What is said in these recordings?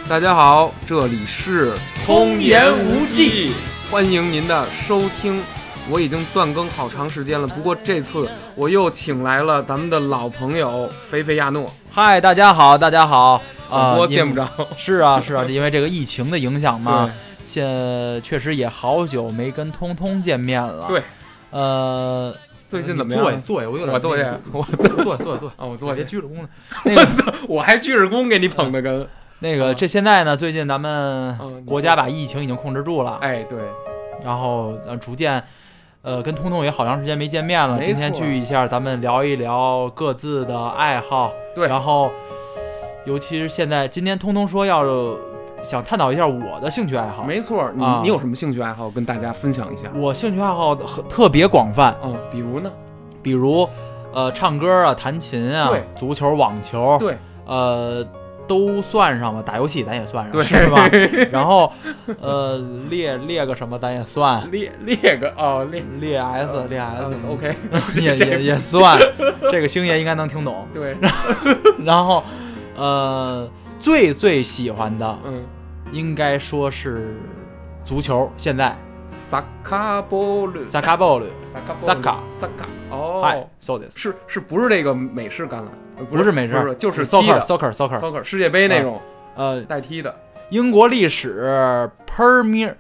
大家好，这里是通言无忌， 欢迎您的收听。我已经断更好长时间了，不过这次我又请来了咱们的老朋友菲菲亚诺。 嗨，大家好，大家好。 我见不着。 是啊，因为这个疫情的影响嘛，确实也好久没跟通通见面了。 对，最近怎么样？ 坐，我有点我坐下， 我坐下，别鞠着躬呢。那个， 我还鞠着躬给你捧的跟。 那个，这现在呢，最近咱们国家把疫情已经控制住了。 哎，对。 然后逐渐，跟通通也好长时间没见面了。今天聚一下，咱们聊一聊各自的爱好。 对。 然后，尤其是现在，今天通通说想探讨一下我的兴趣爱好。 没错，你有什么兴趣爱好跟大家分享一下？ 我兴趣爱好特别广泛。 比如呢？ 比如唱歌啊，弹琴啊，足球、网球， 对， 都算上吧。打游戏咱也算上， 对， 是吧？然后列个什么咱也算， 列个列 S，OK， 也算。这个星爷应该能听懂。 对， 然后最喜欢的，应该说是足球。现在萨卡波鲁， 嗨，so this 是不是这个美式橄榄？ 不是美式， 就是 soccer 世界杯那种代踢的。 英国历史 Premier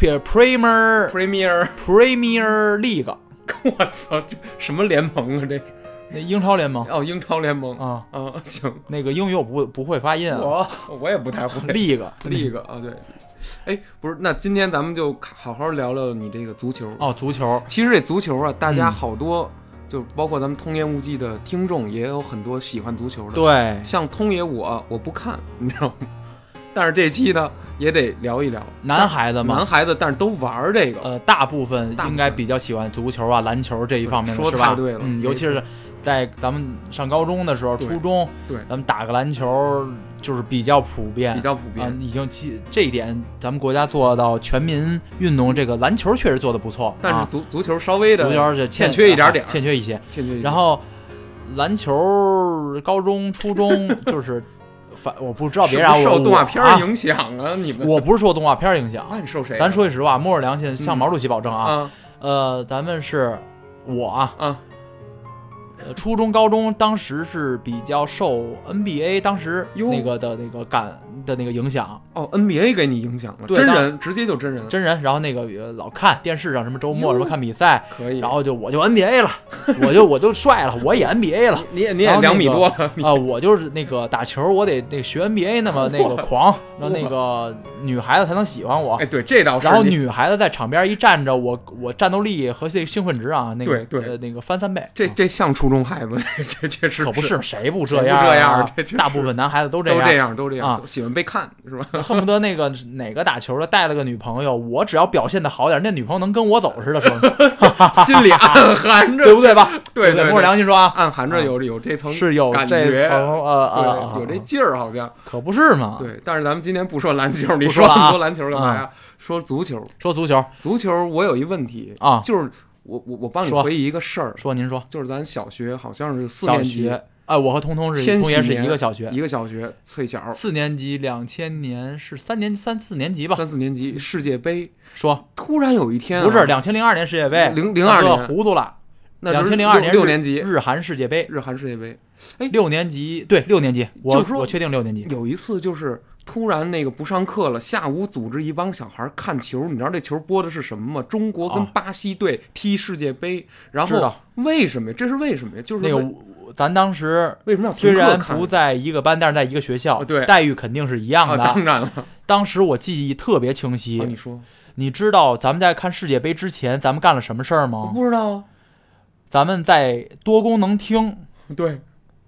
League， 我操，这什么联盟啊？这那英超联盟英超联盟行。 那个英语我不会发音啊，我也不太会。 League 对。哎，不是，那今天咱们就好好聊聊你这个足球。 足球。 其实这足球啊，大家好多，就包括咱们通言无忌的听众，也有很多喜欢足球的。 对， 像通爷我不看，你知道吗？但是这期呢，也得聊一聊男孩子， 但是都玩这个。 大部分应该比较喜欢足球啊、篮球这一方面的，是吧？ 说太对了。 尤其是在咱们上高中的时候，初中， 对， 咱们打个篮球就是比较普遍，已经这一点，咱们国家做到全民运动，这个篮球确实做得不错， 但是足球稍微的足球是欠缺一点， 欠缺一些。然后篮球高中、初中就是。我不知道别人受动画片影响啊！你们我不是受动画片影响， 那你受谁？ 咱说句实话，摸着良心，向毛主席保证啊！咱们是我初中、高中当时是比较受 NBA 当时那个影响。 NBA 给你影响了？ 对， 真人直接就真人，然后那个老看电视上什么周末什么看比赛， 可以， 然后我就 NBA 了，我就帅了，我也 NBA 了， 你也2米多了我就是那个打球，我得那个学 NBA 那么那个狂，让那个女孩子才能喜欢我。 哎，对，这倒是。 然后女孩子在场边一站着，我战斗力和这个兴奋值啊，那个对那个翻3倍。 这像初中孩子，这确实可不是，谁不这样？大部分男孩子都这样啊，喜欢被看是吧？ 恨不得那个哪个打球的带了个女朋友，我只要表现的好点，那女朋友能跟我走似的， 心里暗含着， 对不对吧？ 对， 摸着良心说啊， 暗含着有这层是有感觉， 有这劲儿，好像可不是嘛？ 对，但是咱们今天不说篮球，你说那么多篮球干嘛呀？说足球， 足球， 我有一问题啊， 就是我帮你回忆一个事儿， 您说， 就是咱小学好像是4年级。 我和通通是一个小学，最小 4 年级，2000年是3、4年级吧 ，3、4年级世界杯。 说突然有一天不是2002年世界杯 ，02年糊涂了。 2002 年 6年级日韩世界杯， 哎 ，6年级，对，6年级，我确定6年级。 有一次就是突然那个不上课了，下午组织一帮小孩看球，你知道这球播的是什么吗？中国跟巴西队踢世界杯，然后为什么？这是为什么呀？就是那个。咱当时为什么要虽然不在一个班，但是在一个学校， 对， 待遇肯定是一样的。 当然了， 当时我记忆特别清晰。 你说， 你知道咱们在看世界杯之前，咱们干了什么事儿吗？ 我不知道啊。 咱们在多功能厅， 对，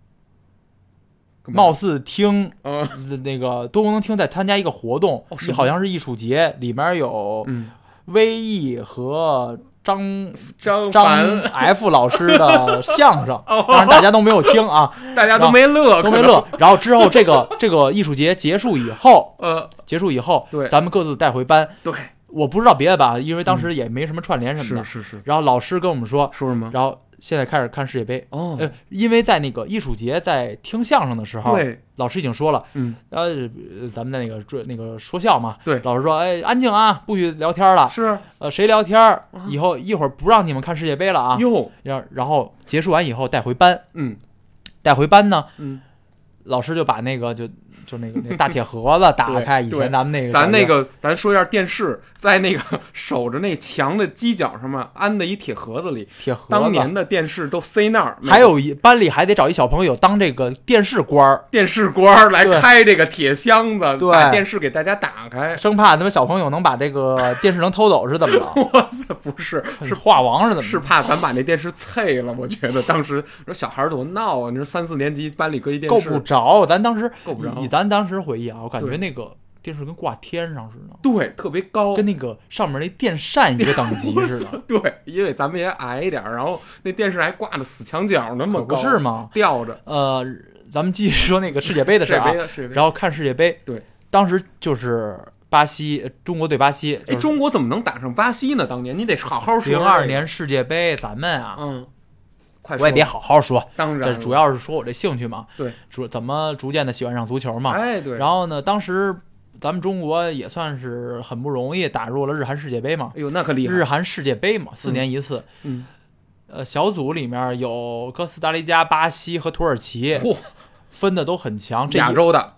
貌似厅那个多功能厅在参加一个活动，好像是艺术节，里面有威毅和张 F 老师的相声，当然大家都没有听啊， 大家都没乐。 然后之后这个艺术节结束以后， 对， 咱们各自带回班。 对， 我不知道别的吧，因为当时也没什么串联什么的。 是。 然后老师跟我们说什么？ 然后现在开始看世界杯哦， 因为在那个艺术节在听相声的时候， 对， 老师已经说了，咱们的那个说笑嘛， 对， 老师说，哎，安静啊，不许聊天了， 是， 谁聊天以后一会儿不让你们看世界杯了啊， 哟， 然后结束完以后带回班，带回班呢，老师就把那个就那个大铁盒子打开，以前咱们那个咱说一下电视，在那个守着那墙的犄角上面安的一铁盒子里， 铁盒子当年的电视都塞那儿， 还有班里还得找一小朋友当这个电视官来开这个铁箱子，把电视给大家打开， 生怕他们小朋友能把这个电视能偷走是怎么着？ 哇塞，不是画王是怎么？ 是怕咱把那电视碎了。我觉得当时说小孩多闹啊，你说3、4年级班里搁一电视够不着，咱当时够不着。 以咱当时回忆啊，我感觉那个电视跟挂天上似的， 对，特别高， 跟那个上面那电扇一个等级似的。 对，因为咱们也矮一点，然后那电视还挂的死墙角那么高， 不是吗？ 吊着。 咱们继续说那个世界杯的事啊，然后看世界杯， 对， 当时就是中国对巴西。 哎，中国怎么能打上巴西呢？当年你得好好说。 02年世界杯，咱们啊， 我也得好好说。 当然， 这主要是说我这兴趣嘛。 对， 怎么逐渐的喜欢上足球嘛。 哎，对。 然后呢，当时咱们中国也算是很不容易打入了日韩世界杯嘛。 哎呦，那可厉害！ 日韩世界杯嘛，4年一次。小组里面有哥斯达黎加、巴西和土耳其，分的都很强。 亚洲的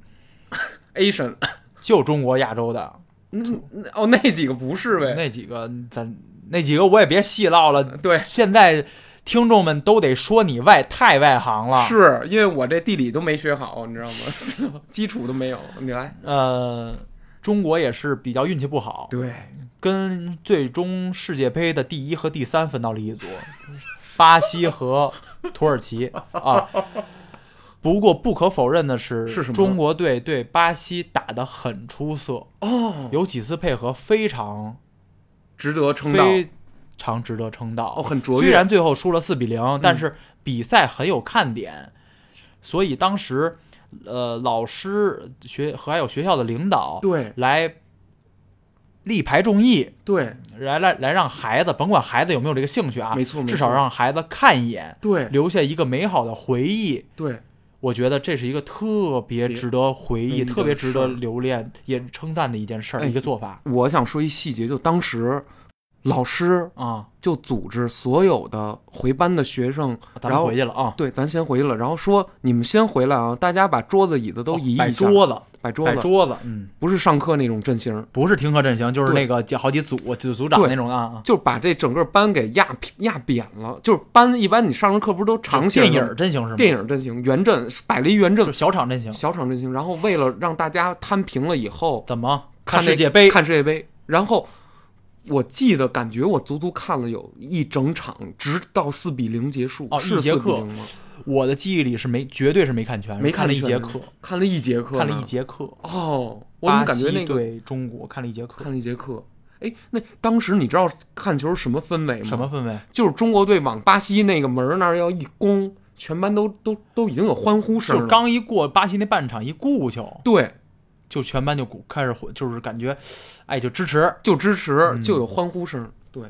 ，Asian， 就中国亚洲的。 那几个不是呗？ 那几个我也别细唠了。 对， 现在听众们都得说你太外行了。 是因为我这地理都没学好，你知道吗？基础都没有。你来。 中国也是比较运气不好。 对。 跟最终世界杯的第1和第3分到了一组，巴西和土耳其啊。不过不可否认的是什么？ 中国队对巴西打得很出色有几次配合非常值得称道， 非常值得称道很卓越。 虽然最后输了4比0，但是比赛很有看点，所以当时老师还有学校的领导对来力排众议， 对， 来让孩子，甭管孩子有没有这个兴趣啊， 没错， 至少让孩子看一眼， 对， 留下一个美好的回忆， 对， 我觉得这是一个特别值得回忆、特别值得留恋、也称赞的一件事儿，一个做法。 我想说一细节，就当时老师就组织所有的回班的学生， 咱们回去了啊， 对，咱先回去了，然后说你们先回来啊，大家把桌子椅子都移一下，摆桌子， 不是上课那种阵型， 不是听课阵型，就是那个好几组组长那种啊， 就把这整个班给压扁了。就是班一般你上课不是都长型电影阵型是吗？ 电影阵型，圆阵摆了一圆阵， 就是小场阵型，然后为了让大家摊平了以后， 怎么看世界杯？ 然后我记得感觉我足足看了有一整场，直到4比0结束。 是一节课吗？我的记忆里是绝对是没看全，看了一节课， 看了一节课。哦，我怎么感觉那个对中国看了一节课。 哎，那当时你知道看球什么氛围吗？ 什么氛围？ 就是中国队往巴西那个门那儿要一攻，全班都已经有欢呼声了。 就刚一过巴西那半场一顾球， 对， 就全班就开始就是感觉，哎，就支持， 就有欢呼声。对。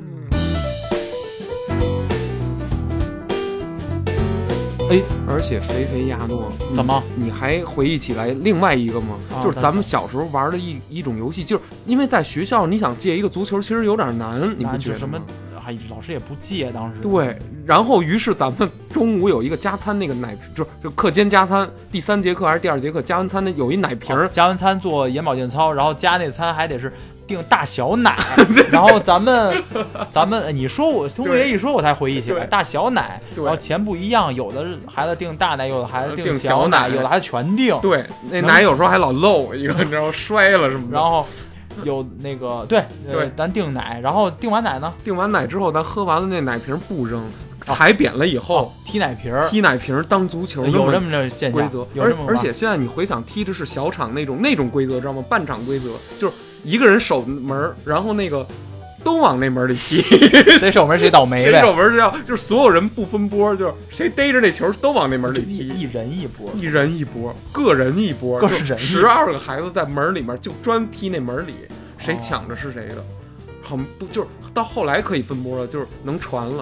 哎，而且肥肥亚诺， 怎么？ 你还回忆起来另外一个吗？就是咱们小时候玩的一种游戏，就是因为在学校你想借一个足球，其实有点难，你不觉得什么？老师也不借，当时。 对，然后于是咱们中午有一个加餐，那个奶就是课间加餐，第3节课还是第2节课加完餐的有一奶瓶， 加完餐做眼保健操，然后加那餐还得是定大小奶，然后咱们你说我东爷一说我才回忆起来，大小奶，然后钱不一样，有的孩子定大奶，有的孩子定小奶，有的孩子全定。 对，那奶有时候还老漏一个，然后摔了什么的。 然后有那个对，咱定奶，然后定完奶呢？ 定完奶之后，咱喝完了那奶瓶不扔，踩扁了以后踢奶瓶当足球， 有这么个现象规则。而且现在你回想踢的是小场那种规则，知道吗？半场规则就是一个人守门，然后那个都往那门里踢， 谁守门谁倒霉呗。 谁守门就是所有人不分波，就是谁逮着那球都往那门里踢， 一人一波， 个人一波 ，12 个孩子在门里面就专踢那门里，谁抢着是谁的。很不就是到后来可以分波了，就是能传了。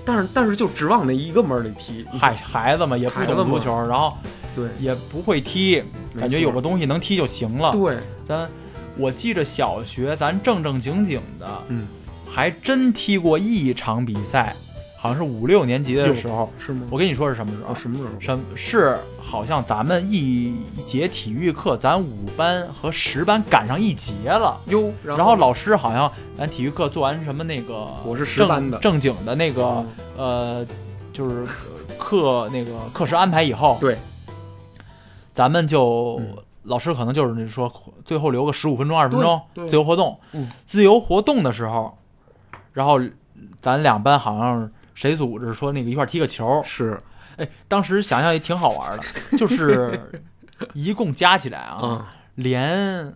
但是就只往那一个门里踢， 孩子嘛也不懂足球，然后对也不会踢，感觉有个东西能踢就行了。 对， 我记着小学咱正经的，还真踢过一场比赛，好像是5、6年级的时候。 是吗？ 我跟你说是什么时候？ 什么时候？ 是好像咱们一节体育课，咱5班和10班赶上一节了。 哟， 然后老师好像咱体育课做完什么那个， 我是10班的正经的那个就是课时安排以后， 对， 咱们就。老师可能就是说，最后留个15分钟、20分钟自由活动。自由活动的时候，然后咱2班好像谁组织说那个一块踢个球。 是， 哎，当时想想也挺好玩的，就是一共加起来啊，连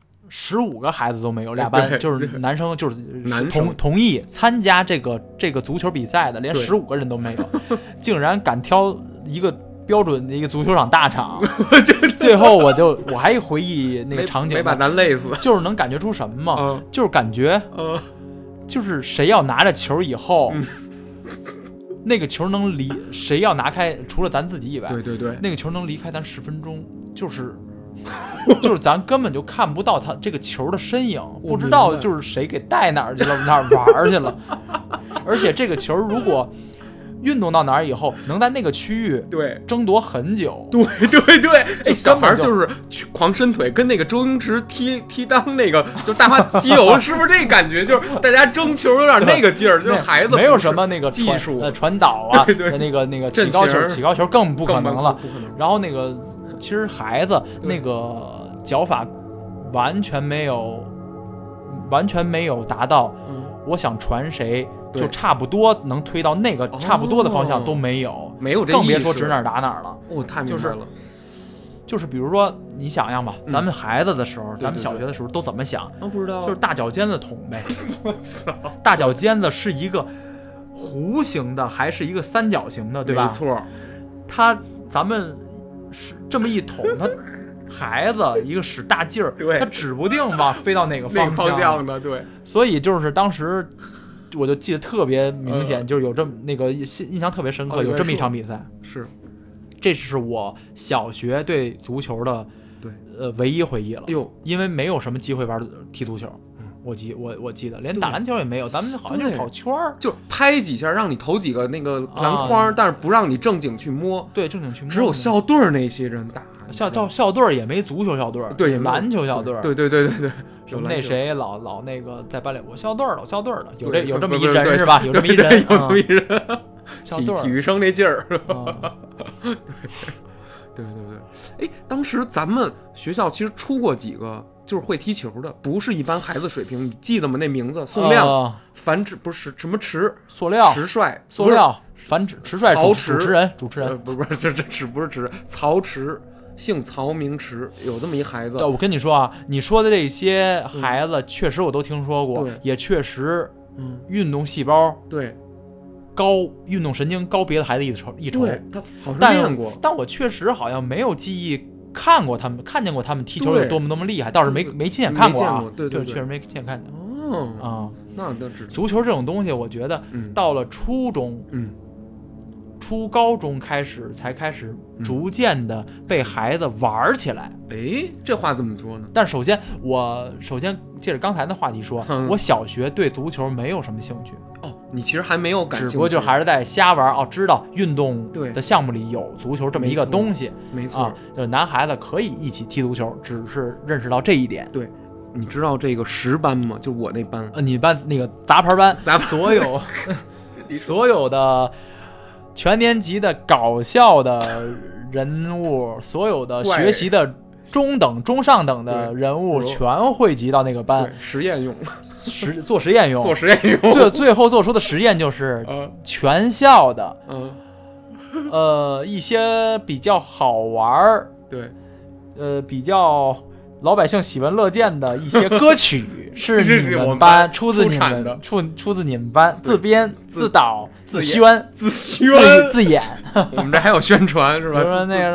15个孩子都没有，2班就是男生就是同意参加这个足球比赛的，连15个人都没有，竟然敢挑一个。标准的一个足球场大场，最后我还回忆那个场景， 没把咱累死， 就是能感觉出什么吗？就是感觉，就是谁要拿着球以后，那个球能谁要拿开，除了咱自己以外， 对， 那个球能离开咱10分钟，就是咱根本就看不到他这个球的身影，不知道就是谁给带哪儿去了，哪儿玩去了，而且这个球如果。运动到哪儿以后，能在那个区域争夺很久。 对，哎，小孩就是狂伸腿，跟那个周星驰踢裆那个，就大话西游，是不是这感觉？就是大家争球有点那个劲儿，就是孩子没有什么那个技术传导啊，那个起高球更不可能了。然后那个其实孩子那个脚法完全没有达到，我想传谁。就差不多能推到那个差不多的方向都没有， 这更别说指哪儿打哪儿了。 太明白了。 就是比如说，你想象吧，咱们孩子的时候，咱们小学的时候都怎么想？ 不知道， 就是大脚尖子捅呗。 我操！ 大脚尖子是一个弧形的还是一个三角形的，对吧？ 没错。 咱们是这么一捅，他孩子一个使大劲儿，他指不定吧飞到哪个方向的，对。 所以就是当时。我就记得特别明显，就是有这么那个印象特别深刻，有这么一场比赛，这是我小学对足球的唯一回忆了。因为没有什么机会踢足球，我记得连打篮球也没有，咱们好像就是跑圈儿， 就拍几下让你投几个那个篮筐，但是不让你正经去摸。 对，正经去摸。 只有校队那些人打， 校队也没足球校队， 对， 篮球校队。 对。 什么那谁老那个在班里，我校队的，有这么一人是吧？有这么一人，校队体育生那劲儿。对。哎，当时咱们学校其实出过几个就是会踢球的，不是一般孩子水平，你记得吗？那名字宋亮、樊直，不是什么池， 塑料、 池帅、 塑料、樊池帅、 曹主持人， 不是这池不是池，曹池。姓曹名池，有这么一孩子。 我跟你说啊，你说的这些孩子，确实我都听说过，也确实，运动细胞高，运动神经高别的孩子一筹。 对，他好像练过， 但我确实好像没有记忆看见过他们踢球有多么厉害，倒是没亲眼看过啊。 对， 确实没亲眼看见。 那都知道。 足球这种东西，我觉得到了初中，初高中才开始逐渐的被孩子玩起来。 这话怎么说呢？ 但首先借着刚才的话题说，我小学对足球没有什么兴趣。 你其实还没有感兴趣， 只不过就还是在瞎玩。知道运动的项目里有足球这么一个东西， 没错， 就是男孩子可以一起踢足球，只是认识到这一点。 对，你知道这个10班吗？就我那班， 你班那个杂牌班，所有的。全年级的搞笑的人物，所有的学习的中等、中上等的人物，全汇集到那个班， 实验用， 做实验用，最后做出的实验就是全校的，一些比较好玩，比较老百姓喜闻乐见的一些歌曲，是你们班出自你们班自编自导。自宣自演， 我们这还有宣传是吧？ 比如说那个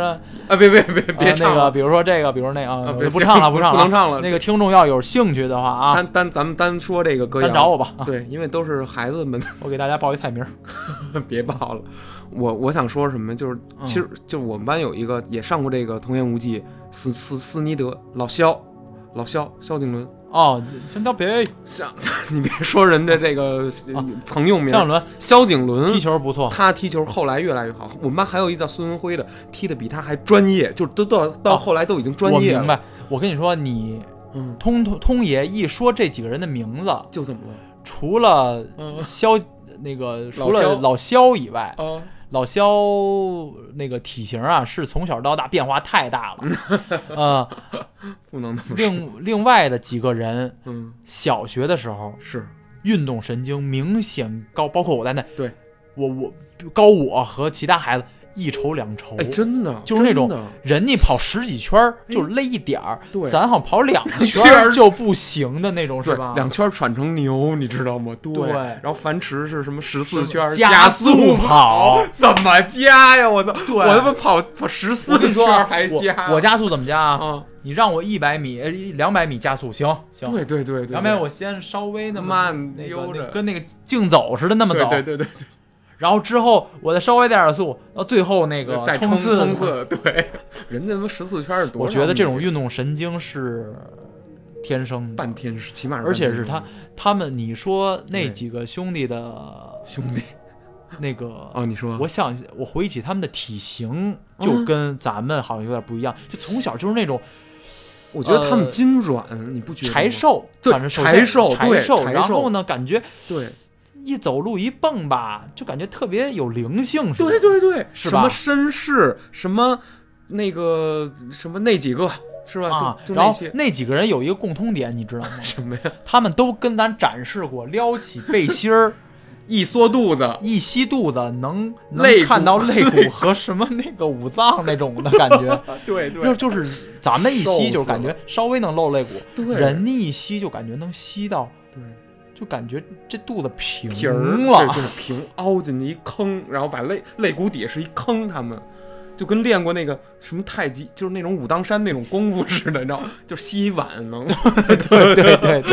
啊，别唱那个，比如说这个，比如那啊， 不唱了，不能唱了。 那个听众要有兴趣的话啊， 咱们单说这个歌谣， 单找我吧。 对，因为都是孩子们， 我给大家报一菜名， 别报了。我想说什么，就是其实就我们班有一个也上过这个《童言无忌》，斯尼德老萧景伦。 哦，先到别， 你别说人家这个曾用名，萧景伦踢球不错， 他踢球后来越来越好。我们班还有一叫孙文辉的，踢的比他还专业，就都到后来都已经专业了。 我明白。我跟你说，你通爷一说这几个人的名字， 就怎么了？ 除了除了老萧以外，老萧那个体型啊，是从小到大变化太大了， 不能那么说。 另外的几个人，小学的时候是运动神经明显高，包括我在内， 对， 我和其他孩子一筹两筹， 哎，真的就是那种人家跑10几圈就累一点儿，咱好跑2圈就不行的那种，是吧 ？2圈喘成牛，你知道吗？对。然后樊迟是什么14圈加速跑， 怎么加呀？我操！ 我他妈跑14圈还加？ 我加速怎么加啊？你让我100米、200米加速，行。 对 200米我先稍微那么慢悠着， 跟那个竞走似的那么走。 对。 然后之后我再稍微点速，到最后那个冲刺， 对，人家他妈14圈是多少？ 我觉得这种运动神经是天生的， 半天是起码是， 而且是他们，你说那几个兄弟那个你说， 我回忆起他们的体型就跟咱们好像有点不一样，就从小就是那种。 我觉得他们筋软，你不觉得？ 柴瘦， 对， 反正柴瘦， 然后呢，感觉对。 一走路一蹦吧，就感觉特别有灵性似的。对， 是吧？ 什么绅士，什么那几个，是吧？就然后那几个人有一个共通点，你知道吗？ 什么呀？ 他们都跟咱展示过撩起背心儿， 一缩肚子， 一吸肚子，能看到肋骨和什么那个五脏那种的感觉。 对， 就是咱们一吸就感觉稍微能露肋骨， 对， 人一吸就感觉能吸到， 对。 就感觉这肚子平了，就是平凹进去一坑，然后把肋骨底下是一坑，他们就跟练过那个什么太极，就是那种武当山那种功夫似的，你知道，就吸一碗能。 对。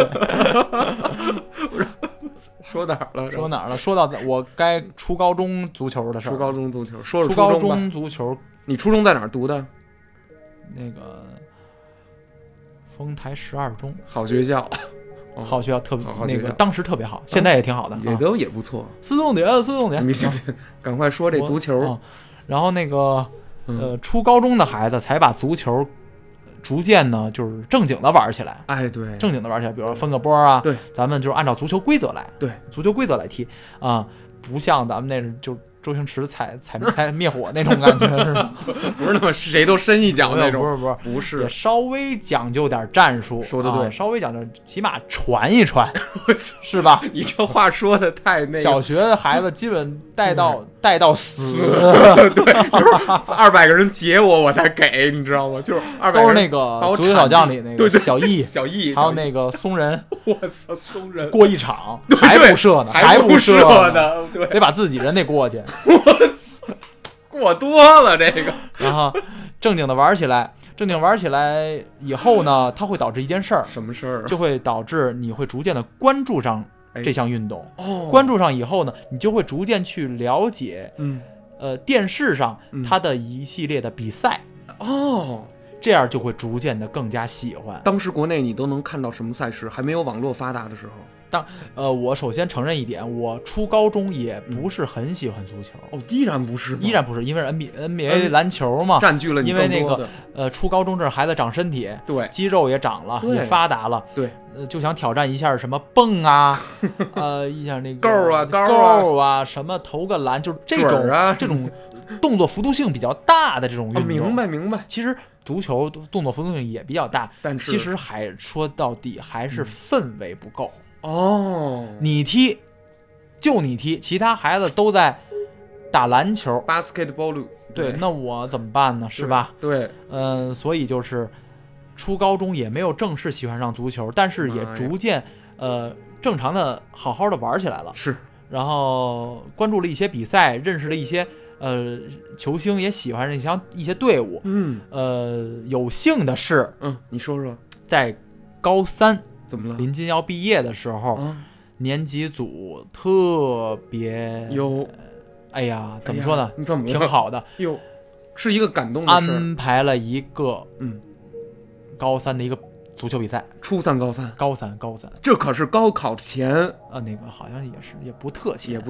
说哪儿了？ 说到我该初高中足球的事儿。 初高中足球，说初高中足球， 你初中在哪儿读的？ 那个丰台12中， 好学校。 好学校特别那个，当时特别好，现在也挺好的， 也不错。 四重点， 你赶快说这足球。 然后那个初高中的孩子才把足球逐渐呢，就是正经的玩起来。 哎，对， 正经的玩起来，比如说分个波啊， 对， 咱们就是按照足球规则来， 对， 足球规则来踢啊，不像咱们那就。周星驰踩灭火那种感觉是吧？ 不是那么谁都伸一脚那种， 不是，也稍微讲究点战术。 说的对， 稍微讲究，起码传一传，是吧？ 你这话说的太那个。 小学的孩子基本带到死， 对，就是200个人截我才给，你知道吗？就是200 都是那个足球小将里那个小易，还有那个松仁。 我操，松仁过一场还不射呢，还不射呢，对， 得把自己人得过去。 我操，过多了这个。 然后正经玩起来以后呢，它会导致一件事儿， 什么事儿？ 就会导致你会逐渐的关注上这项运动。关注上以后呢，你就会逐渐去了解，电视上它的一系列的比赛。这样就会逐渐的更加喜欢。 当时国内你都能看到什么赛事？还没有网络发达的时候。 我首先承认一点，我初高中也不是很喜欢足球。 依然不是， 因为 NBA 篮球嘛， 占据了你更多的。 因为那个初高中这孩子长身体， 对， 肌肉也长了，也发达了， 对， 就想挑战一下什么蹦啊，一下那个高啊，什么投个篮，就是这种动作幅度性比较大的这种运动。 明白。 其实足球动作幅度性也比较大， 但是其实说到底还是氛围不够。 你踢，其他孩子都在打篮球 basketball， 对，那我怎么办呢？是吧？ 对， 所以就是初高中也没有正式喜欢上足球，但是也逐渐正常的好好的玩起来了。 是， 然后关注了一些比赛，认识了一些球星也喜欢一些队伍。有幸的是， 你说说， 在高三怎么了？ 临近要毕业的时候，年级组特别哎呀，怎么说呢？ 你怎么挺好的？ 是一个感动的事， 安排了一个高三的一个足球比赛。 初三、高三， 这可是高考前那个好像也不特前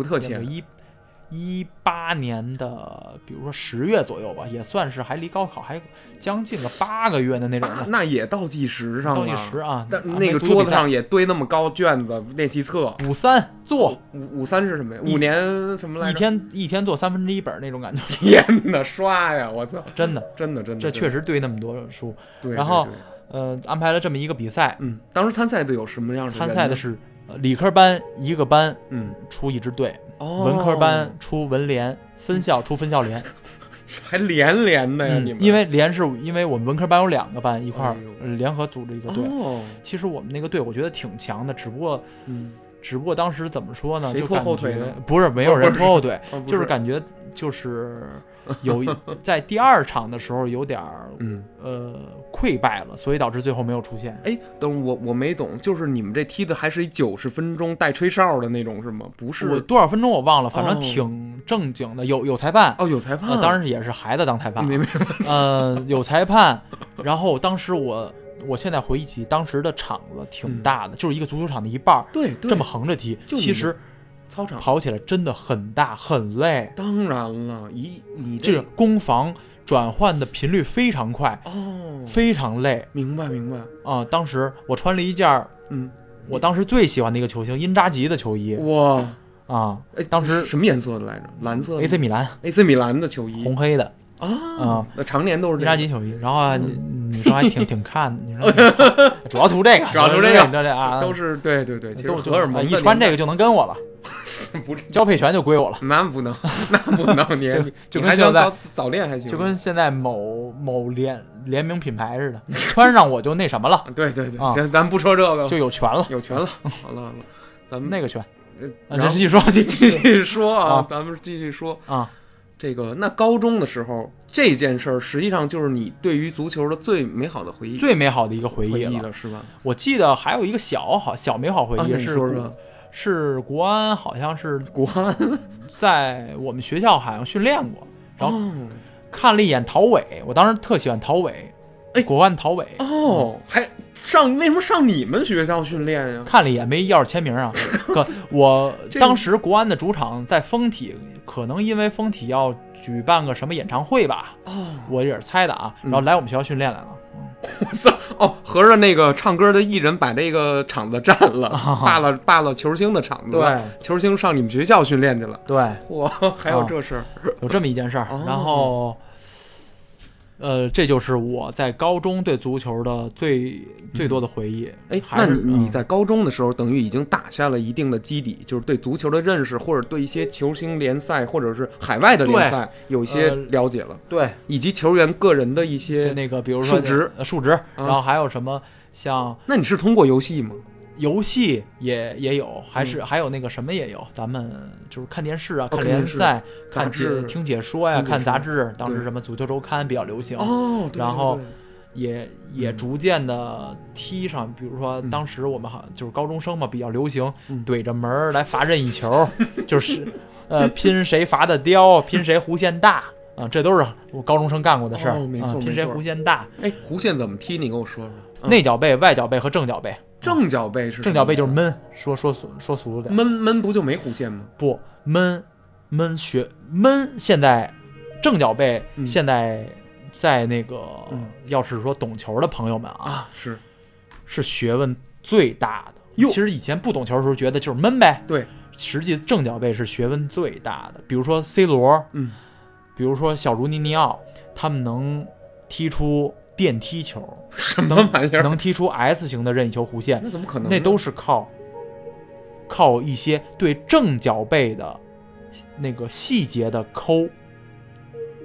，18年的，比如说10月左右吧，也算是还离高考还将近个8个月的那种的。 那也倒计时上了， 倒计时啊！ 但那个桌子上也堆那么高卷子、练习册。 53做 53是什么呀？5年什么来着？一天做1/3本那种感觉。 天哪，刷呀！我操， 真的，这确实堆那么多书。 对， 然后安排了这么一个比赛。 当时参赛的有什么样的人？ 参赛的是理科班一个班，出一支队。文科班出文联，分校出分校联， 还连的呀！你们因为我们文科班有2个班一块联合组织一个队。其实我们那个队我觉得挺强的，只不过当时怎么说呢？ 谁拖后腿呢？ 不是没有人拖后腿，就是感觉就是在第2场的时候有点溃败了，所以导致最后没有出现。 等我没懂，就是你们这踢的还是90分钟带吹哨的那种是吗？不是， 我多少分钟我忘了，反正挺正经的，有裁判。 有裁判， 当然也是孩子当裁判。 明白。 有裁判，然后当时我现在回忆起当时的场子挺大的，就是一个足球场的一半。 对， 这么横着踢，其实操场跑起来真的很大很累。 当然了，你这个攻防转换的频率非常快，非常累。 明白啊！当时我穿了一件我当时最喜欢的一个球星因扎吉的球衣。 哇啊！当时什么颜色的来着？蓝色的。 AC 米兰的球衣， 红黑的那常年都是因扎吉球衣。然后女生还挺看的，你说主要图这个，你知道这啊？ 都是对，其实荷尔蒙一穿这个就能跟我了。 不是， 交配权就归我了。 那不能，你就跟现在早恋还行， 就跟现在某联名品牌似的，穿上我就那什么了。 对，行，咱不说这个， 就有权了。 好了，咱们那个权， 继续说啊，咱们继续说啊。 这个那高中的时候，这件事儿实际上就是你对于足球的最美好的回忆， 最美好的一个回忆了，是吧？ 我记得还有一个小美好回忆是国安，好像是国安在我们学校好像训练过，然后看了一眼陶伟，我当时特喜欢陶伟，国安陶伟还为什么上你们学校训练呀？ 看了一眼没要签名啊。我当时国安的主场在丰体，可能因为丰体要举办个什么演唱会吧，我也是猜的啊，然后来我们学校训练来了。 我操！合着那个唱歌的艺人把这个场子占了，罢了球星的场子。 对， 球星上你们学校训练去了。 对， 还有这事儿， 有这么一件事儿。然后，这就是我在高中对足球的最多的回忆。 那你在高中的时候，等于已经打下了一定的基底，就是对足球的认识，或者对一些球星联赛或者是海外的联赛有一些了解了。 对， 以及球员个人的一些那个，比如说数值，然后还有什么像…… 那你是通过游戏吗？ 游戏也有，还有那个什么也有，咱们就是看电视啊，看联赛，听解说呀，看杂志。当时什么足球周刊比较流行然后也逐渐的踢上，比如说当时我们就是高中生嘛，比较流行怼着门来罚任意球，就是拼谁罚的刁，拼谁弧线大这都是我高中生干过的事儿。 没错， 拼谁弧线大。 弧线怎么踢？你跟我说说。 内脚背、外脚背和正脚背。 正脚背是正脚背就是闷，说俗了点。 闷不就没弧线吗？ 不，闷。现在正脚背现在在那个要是说懂球的朋友们是学问最大的。其实以前不懂球的时候觉得就是闷呗， 对， 实际正脚背是学问最大的。比如说 C 罗，比如说小茹尼奥，他们能踢出电梯球， 什么玩意儿？ 能踢出 S 型的任意球弧线？ 那怎么可能？ 那都是靠一些对正脚背的那个细节的抠。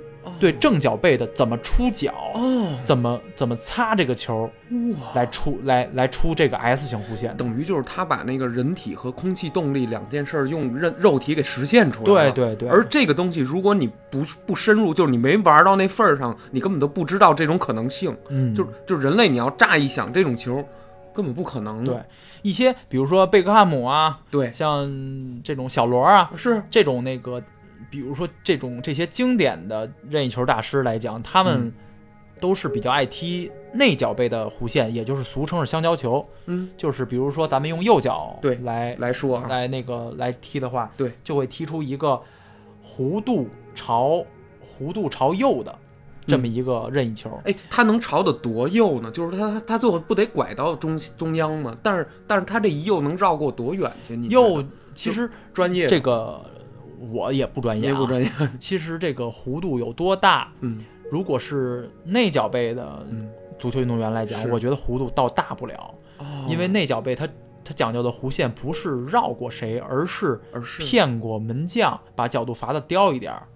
对正脚背的怎么出脚，怎么擦这个球，来出这个 S 型弧线， 等于就是他把那个人体和空气动力两件事用肉体给实现出来了。 对。 而这个东西，如果你不深入，就是你没玩到那份儿上，你根本都不知道这种可能性。就人类，你要乍一想这种球，根本不可能。 对，一些比如说贝克汉姆啊， 对， 像这种小罗啊， 是这种那个。比如说这些经典的任意球大师来讲，他们都是比较爱踢内脚背的弧线，也就是俗称是香蕉球。就是比如说咱们用右脚来说啊， 来踢的话， 对， 就会踢出一个弧度朝右的这么一个任意球。 它能朝得多右呢？就是它最后不得拐到中央吗？但是它这一右能绕过多远去？你右其实专业这个。我也不专业不专业。 其实这个弧度有多大，如果是内脚背的足球运动员来讲，我觉得弧度倒大不了，因为内脚背它讲究的弧线不是绕过谁，而是骗过门将，把角度罚的刁一点。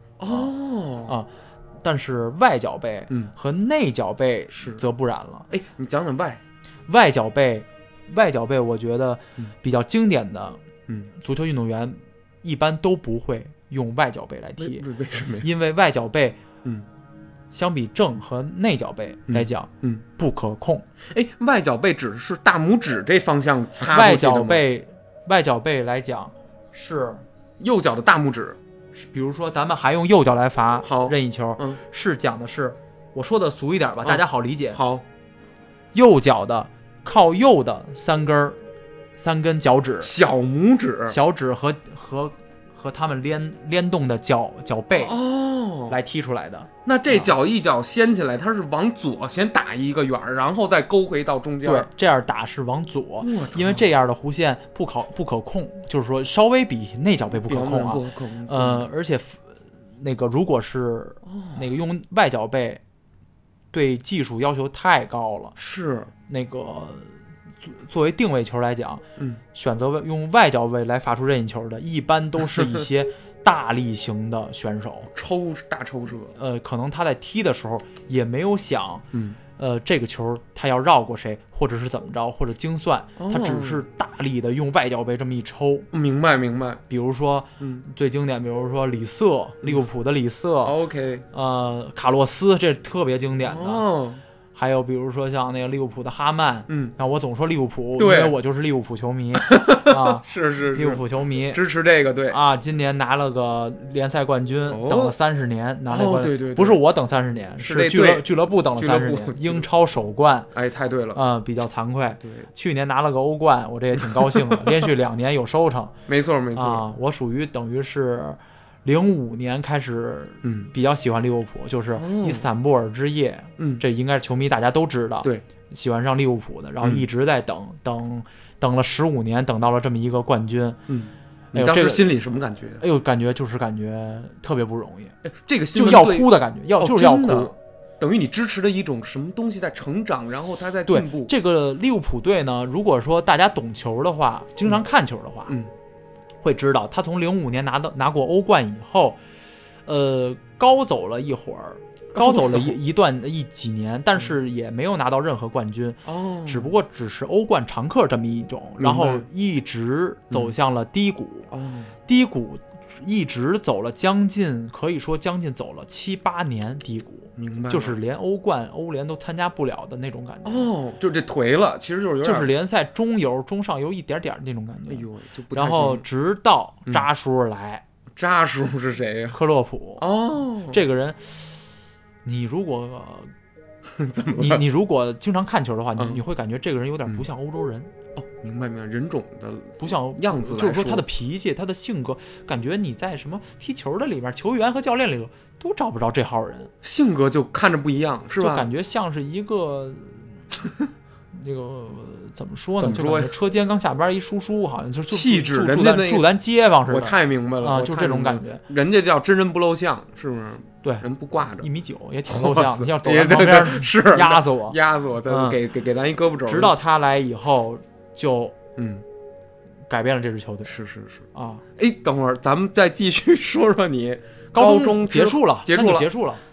但是外脚背和内脚背则不然了。 你讲讲外脚背，我觉得比较经典的足球运动员。一般都不会用外脚背来踢， 为什么？ 因为外脚背，相比正和内脚背来讲，不可控。 外脚背指的是大拇指这方向擦出去的吗？外脚背来讲是右脚的大拇指。 比如说，咱们还用右脚来罚任意球，是讲的是，我说的俗一点吧，大家好理解。 好， 右脚的靠右的三根脚趾， 小拇指、 小指和他们联动的脚背来踢出来的。 那这脚一脚掀起来，它是往左先打一个圆，然后再勾回到中间。 对，这样打是往左，因为这样的弧线不可控，就是说稍微比内脚背不可控啊。而且那个如果是那个用外脚背，对技术要求太高了。 是那个。作为定位球来讲，选择用外脚背来发出任意球的，一般都是一些大力型的选手， 大抽射。 可能他在踢的时候也没有想，这个球他要绕过谁，或者是怎么着，或者精算，他只是大力的用外脚背这么一抽。 明白。 比如说，最经典，比如说利物浦的里瑟 ，OK， 卡洛斯，这特别经典的。还有比如说像那个利物浦的哈曼，我总说利物浦，因为我就是利物浦球迷啊， 是利物浦球迷， 支持这个队啊。今年拿了个联赛冠军，等了30年，拿了冠军， 对， 不是我等30年，是俱乐部等了30年，英超首冠， 太对了， 比较惭愧。 对， 去年拿了个欧冠，我这也挺高兴的，连续2年有收成， 没错啊，我属于等于是。05年开始，比较喜欢利物浦，就是伊斯坦布尔之夜，这应该是球迷大家都知道， 对， 喜欢上利物浦的，然后一直在等了15年，等到了这么一个冠军， 你当时心里什么感觉？ 感觉特别不容易， 这个心就要哭的感觉，就是要哭， 等于你支持的一种什么东西在成长，然后它在进步。 这个利物浦队呢，如果说大家懂球的话，经常看球的话，会知道他从05年拿过欧冠以后，高走了一会儿，高走了几年，但是也没有拿到任何冠军，只不过只是欧冠常客这么一种，然后一直走向了低谷，低谷一直走了可以说将近走了7-8年低谷。 明白， 就是连欧冠、欧联都参加不了的那种感觉。 就这颓了，其实就是联赛中游、中上游一点点那种感觉。 就不太然后直到扎叔来， 扎叔是谁呀？ 克洛普。这个人，你如果你如果经常看球的话，你会感觉这个人有点不像欧洲人。 明白，人种的不像样子， 就是说他的脾气、他的性格，感觉你在什么踢球的里面，球员和教练里头都找不着这号人， 性格就看着不一样，是吧？ 就感觉像是一个这个怎么说呢？就感觉车间刚下班一叔叔，好像就气质， 住咱街坊似的。 我太明白了啊，就这种感觉。 人家叫真人不露相，是不是？ 对， 人不挂着 1.9米也挺露相的，要走在旁边是压死我， 给咱一胳膊肘。 直到他来以后，就改变了这支球队。 是啊， 等会儿咱们再继续说说你高中结束了， 结束了。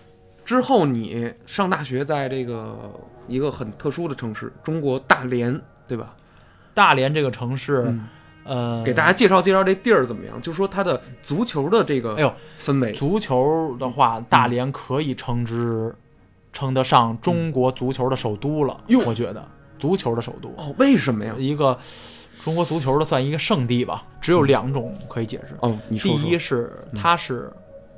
之后你上大学在这个一个很特殊的城市，中国大连，对吧？ 大连这个城市， 给大家介绍介绍这地儿怎么样？就说它的足球的这个氛围。 足球的话，大连可以称得上中国足球的首都了。我觉得足球的首都为什么呀？ 一个中国足球的算一个圣地吧，只有2种可以解释。 你说说。 第一是它是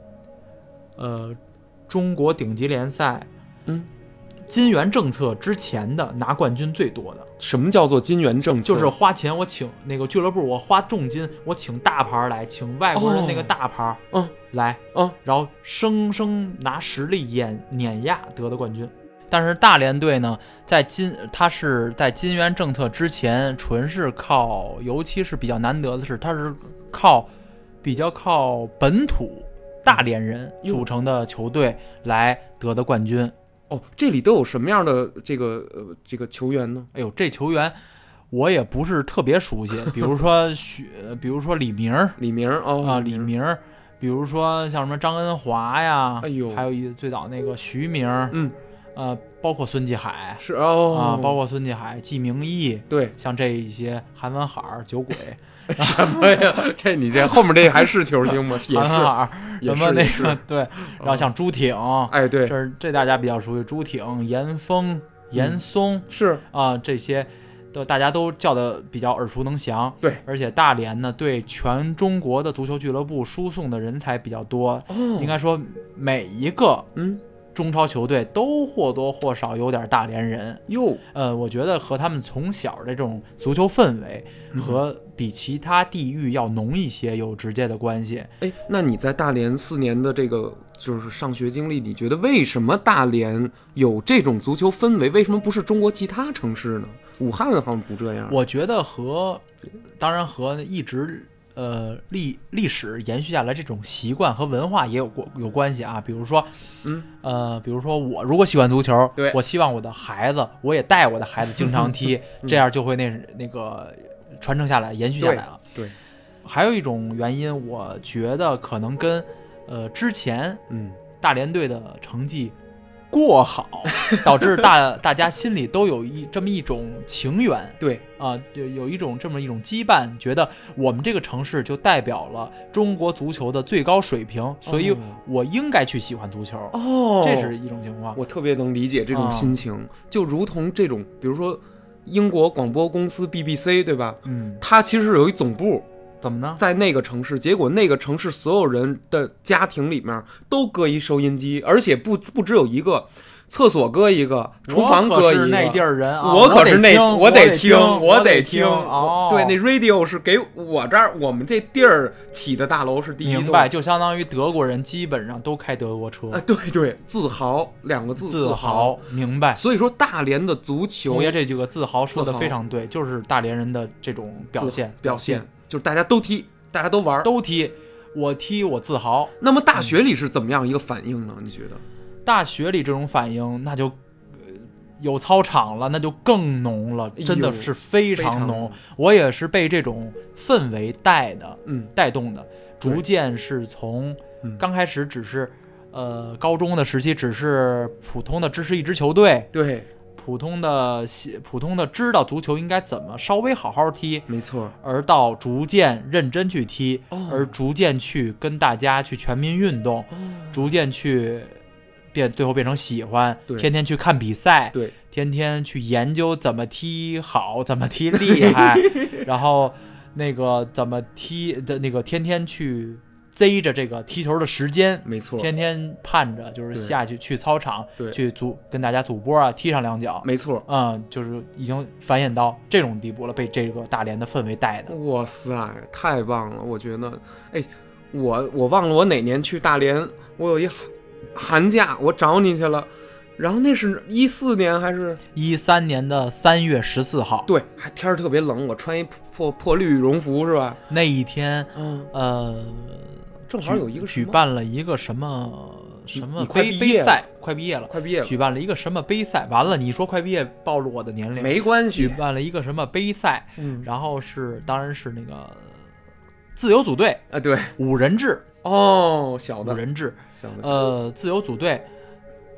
中国顶级联赛金元政策之前的拿冠军最多的。 什么叫做金元政策？ 就是花钱，我请那个俱乐部，我花重金，我请大牌来，请外国人那个大牌来，然后生生拿实力碾压得的冠军。但是大连队呢，他是在金元政策之前，纯是靠，尤其是比较难得的是，他是比较靠本土大连人组成的球队来得的冠军。 这里都有什么样的这个球员呢？ 这球员我也不是特别熟悉，比如说李明，李明，比如说像什么张恩华呀，还有最早那个徐明，包括孙继海， 是包括孙继海、季明义， 对， 像这一些韩文海、酒鬼。 什么呀？你这后面这还是球星吗？也是， 什么那个对，然后像朱挺， 对， 这大家比较熟悉，朱挺、严峰、严嵩是这些大家都叫的比较耳熟能详。 对， 而且大连呢，对全中国的足球俱乐部输送的人才比较多。应该说每一个中超球队都或多或少有点大连人。我觉得和他们从小的这种足球氛围和比其他地域要浓一些有直接的关系。 那你在大连4年的这个就是上学经历，你觉得为什么大连有这种足球氛围？为什么不是中国其他城市呢？武汉好像不这样。 我觉得当然和一直历史延续下来这种习惯和文化也有关系啊。比如说我如果喜欢足球，我希望我的孩子，我也带我的孩子经常踢，这样就会那个传承下来，延续下来了。 对， 还有一种原因，我觉得可能跟之前大连队的成绩过好，导致大家心里都有这么一种情缘。 对有这么一种羁绊，觉得我们这个城市就代表了中国足球的最高水平，所以我应该去喜欢足球。这是一种情况。 我特别能理解这种心情，就如同这种，比如说英国广播公司 BBC 对吧？它其实有一总部。 怎么呢？ 在那个城市，结果那个城市所有人的家庭里面都搁一收音机，而且不只有一个，厕所搁一个，厨房搁一个。 我可是那地儿人啊！ 我可是我得听。 对， 那 radio 是给我这儿，我们这地儿起的大楼是第一栋。 明白，就相当于德国人基本上都开德国车。 对，自豪2个字， 自豪，明白。 所以说大连的足球， 红爷这几个自豪说的非常对，就是大连人的这种表现。 就是大家都踢，大家都玩， 都踢，我踢我自豪。 那么大学里是怎么样一个反应呢？你觉得？ 大学里这种反应，那就有操场了，那就更浓了，真的是非常浓。我也是被这种氛围带动的，逐渐是从刚开始只是高中的时期只是普通的支持一支球队， 对。 普通的知道足球应该怎么稍微好好踢， 没错， 而到逐渐认真去踢，而逐渐去跟大家去全民运动，逐渐去最后变成喜欢，天天去看比赛， 对， 天天去研究怎么踢好，怎么踢厉害，然后那个怎么踢的那个天天去贼着这个踢球的时间， 没错， 天天盼着就是下去操场去跟大家组波啊，踢上2脚， 没错， 就是已经繁衍到这种地步了，被这个大连的氛围带的。 哇塞，太棒了！我觉得，我忘了我哪年去大连，我有一寒假我找你去了，然后那是14年还是 13年的3月14号？ 对，还天特别冷，我穿一破绿羽绒服是吧？ 那一天， 正好有一个举办了一个什么杯赛，快毕业了，举办了一个什么杯赛？完了，你说快毕业暴露我的年龄， 没关系。 举办了一个什么杯赛？然后当然是那个自由组队对， 5人制小的 5人制， 小的自由组队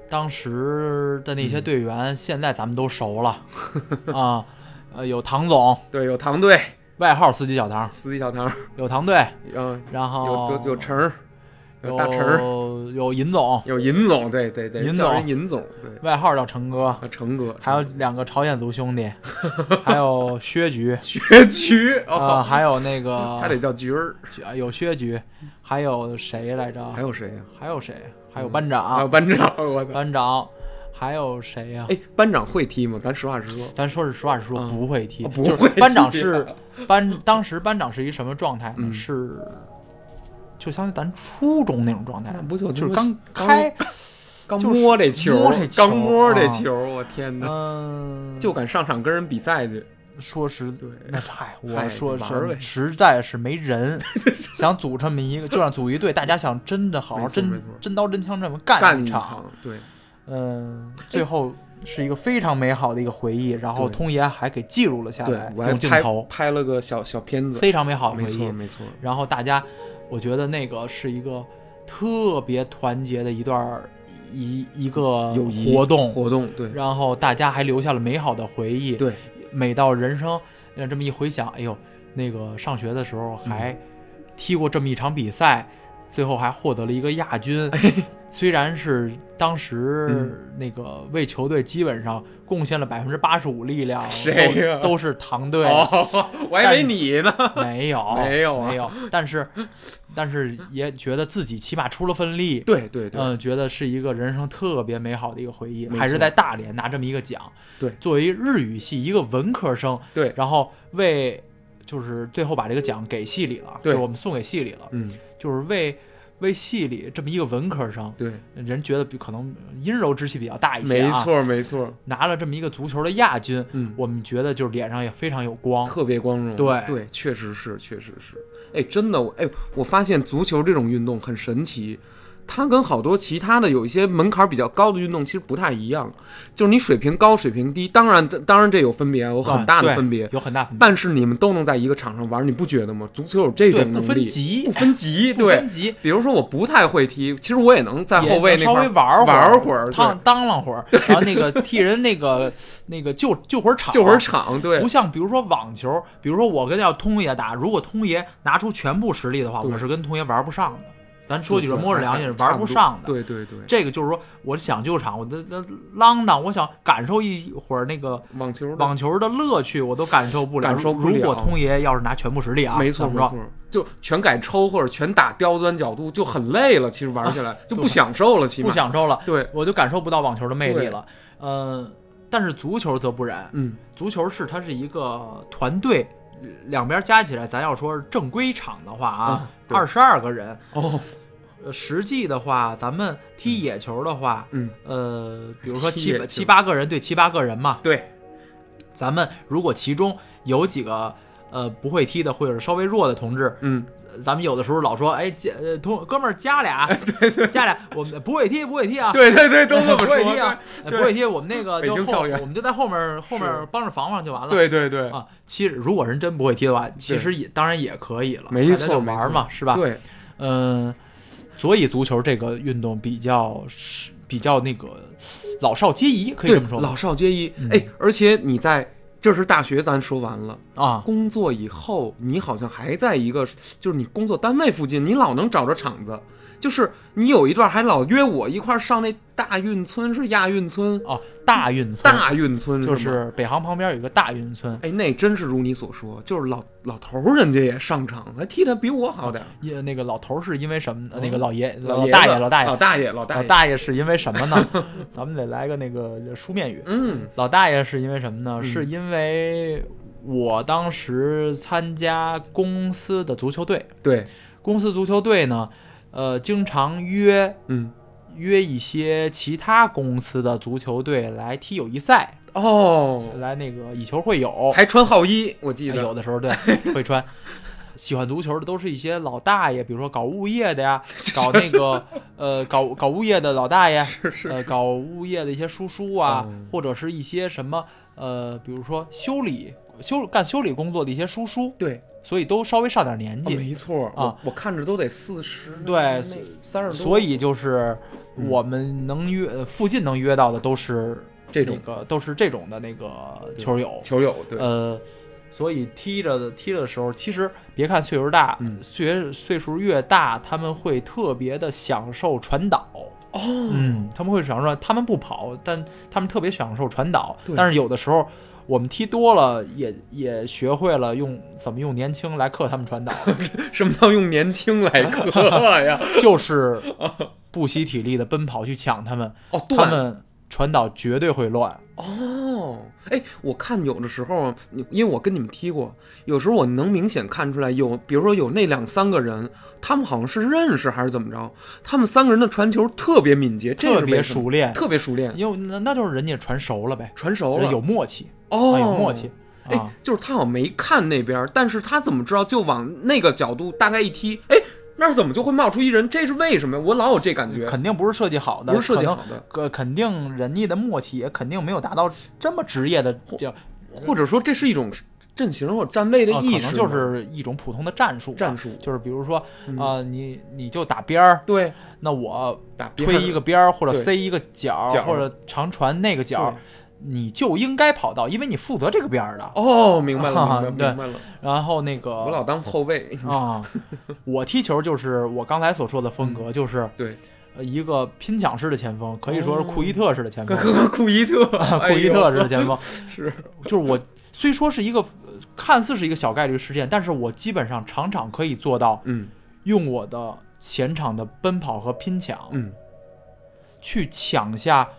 当时的那些队员，现在咱们都熟了啊。有唐总， 对，有唐队， 外号司机小唐， 司机小唐， 有唐队， 然后有成儿，有大成儿， 有尹总， 有尹总，对， 尹总，对， 外号叫成哥， 成哥， 还有2个朝鲜族兄弟，还有薛局，还有那个他得叫局儿， 有薛局，还有谁来着？ 还有谁呀？ 还有班长， 还有班长，我操， 班长。还有谁呀？ 班长会踢吗？咱实话实说， 实话实说，不会踢。 不会踢。 班长是当时班长是一什么状态呢？是就像咱初中那种状态， 那不就是刚摸这球，刚摸这球，我天哪！就敢上场跟人比赛去。 说实对，那我说实在是没人想组这么一个，就让组一队，大家想真的好好真刀真枪这么干一场， 对。 最后是一个非常美好的一个回忆，然后通爷还给记录了下来， 我还用镜头拍了个小片子， 非常美好的回忆， 没错。 然后大家，我觉得那个是一个特别团结的一段一个活动， 对。 然后大家还留下了美好的回忆， 对。 每到人生这么一回想，哎呦，那个上学的时候还踢过这么一场比赛，最后还获得了一个亚军。虽然是当时那个为球队基本上贡献了85%力量， 谁呀？ 都是唐队。 我还以为你呢。 没有，但是也觉得自己起码出了份力。 对， 觉得是一个人生特别美好的一个回忆，还是在大连拿这么一个奖。 对， 作为日语系一个文科生， 对， 然后就是最后把这个奖给系里了， 对， 我们送给系里了。就是为系里这么一个文科生， 对， 人觉得可能阴柔之气比较大一些没错， 拿了这么一个足球的亚军，我们觉得就是脸上也非常有光， 特别光荣。对，确实是。真的，我发现足球这种运动很神奇。它跟好多其他的有一些门槛比较高的运动其实不太一样，就是你水平高水平低，当然这有分别，有很大的分别， 有很大分别。 但是你们都能在一个场上玩，你不觉得吗？足球有这种能力， 不分级， 对。比如说我不太会踢，其实我也能在后卫那块稍微玩会儿，当啷会儿，然后那个替人那个救会儿场， 对。 不像比如说网球，比如说我跟通爷打，如果通爷拿出全部实力的话，我是跟通爷玩不上的。咱说句说摸着良心是玩不上的， 对， 这个就是说，我想救场，我的啷当，我想感受一会儿那个网球的乐趣，我都感受不了。如果通爷要是拿全部实力啊， 没错，就全改抽或者全打刁钻角度，就很累了。其实玩起来就不享受了，起码不享受了。 对， 我就感受不到网球的魅力了。但是足球则不然。足球它是一个团队，两边加起来，咱要说正规场的话啊，22个人实际的话，咱们踢野球的话，比如说七八个人对7-8个人嘛， 对。 咱们如果其中有几个不会踢的，或者是稍微弱的同志，咱们有的时候老说，哥们儿加俩， 对， 加俩，我们不会踢啊， 对，都这么说， 不会踢啊，不会踢，我们那个就我们就在后面帮着防就完了， 对啊。其实如果人真不会踢的话，其实当然也可以了， 没错， 玩嘛，是吧？ 对， 所以足球这个运动比较那个老少皆宜，可以这么说。 老少皆宜，而且你这是大学，咱说完了啊。 工作以后，你好像还在一个，就是你工作单位附近，你老能找着场子。就是你有一段还老约我一块上那大运村，是亚运村哦，大运村就是北航旁边有一个大运村。 那真是如你所说，就是老头人家也上场，还踢得比我好点。 那个老头是因为什么？那个老大爷是因为什么呢？咱们得来个那个书面语。老大爷是因为什么呢？是因为我当时参加公司的足球队。 对， 公司足球队呢。经常约一些其他公司的足球队来踢友谊赛来那个以球会友， 还穿号衣，我记得有的时候对会穿。喜欢足球的都是一些老大爷，比如说搞物业的呀，搞那个搞物业的老大爷，搞物业的一些叔叔啊，或者是一些什么比如说干修理工作的一些叔叔， 对。 所以都稍微上点年纪， 没错啊， 我看着都得40， 对，30多。所以就是我们能约附近能约到的都是这种都是这种的那个球友，对，所以踢着的时候，其实别看岁数大，岁数越大，他们会特别的享受传导。他们会享受，他们不跑，但他们特别享受传导。但是有的时候我们踢多了，也学会了怎么用年轻来克他们传导。 什么叫用年轻来克呀？ 就是不惜体力的奔跑去抢他们。他们传导绝对会乱。 我看有的时候，因为我跟你们踢过，有时候我能明显看出来，比如说有那2-3个人，他们好像是认识还是怎么着，他们3个人的传球特别敏捷， 特别熟练， 因为那就是人家传熟了呗，有默契，有默契。 就是他好像没看那边，但是他怎么知道就往那个角度大概一踢，那怎么就会冒出一人？这是为什么？我老有这感觉。 肯定不是设计好的，肯定人家的默契也肯定没有达到这么职业的， 或者说这是一种阵型或站位的意识， 可能就是一种普通的战术，就是比如说你就打边儿， 对， 那我推一个边儿或者塞一个角或者长传那个角。你就应该跑到，因为你负责这个边的。 明白了，明白了。 然后那个我老当后卫我踢球就是我刚才所说的风格，就是对一个拼抢式的前锋，可以说是库伊特式的前锋。 库伊特式的前锋是， 就是我虽说是一个看似是一个小概率事件，但是我基本上场场可以做到，用我的前场的奔跑和拼抢，去抢下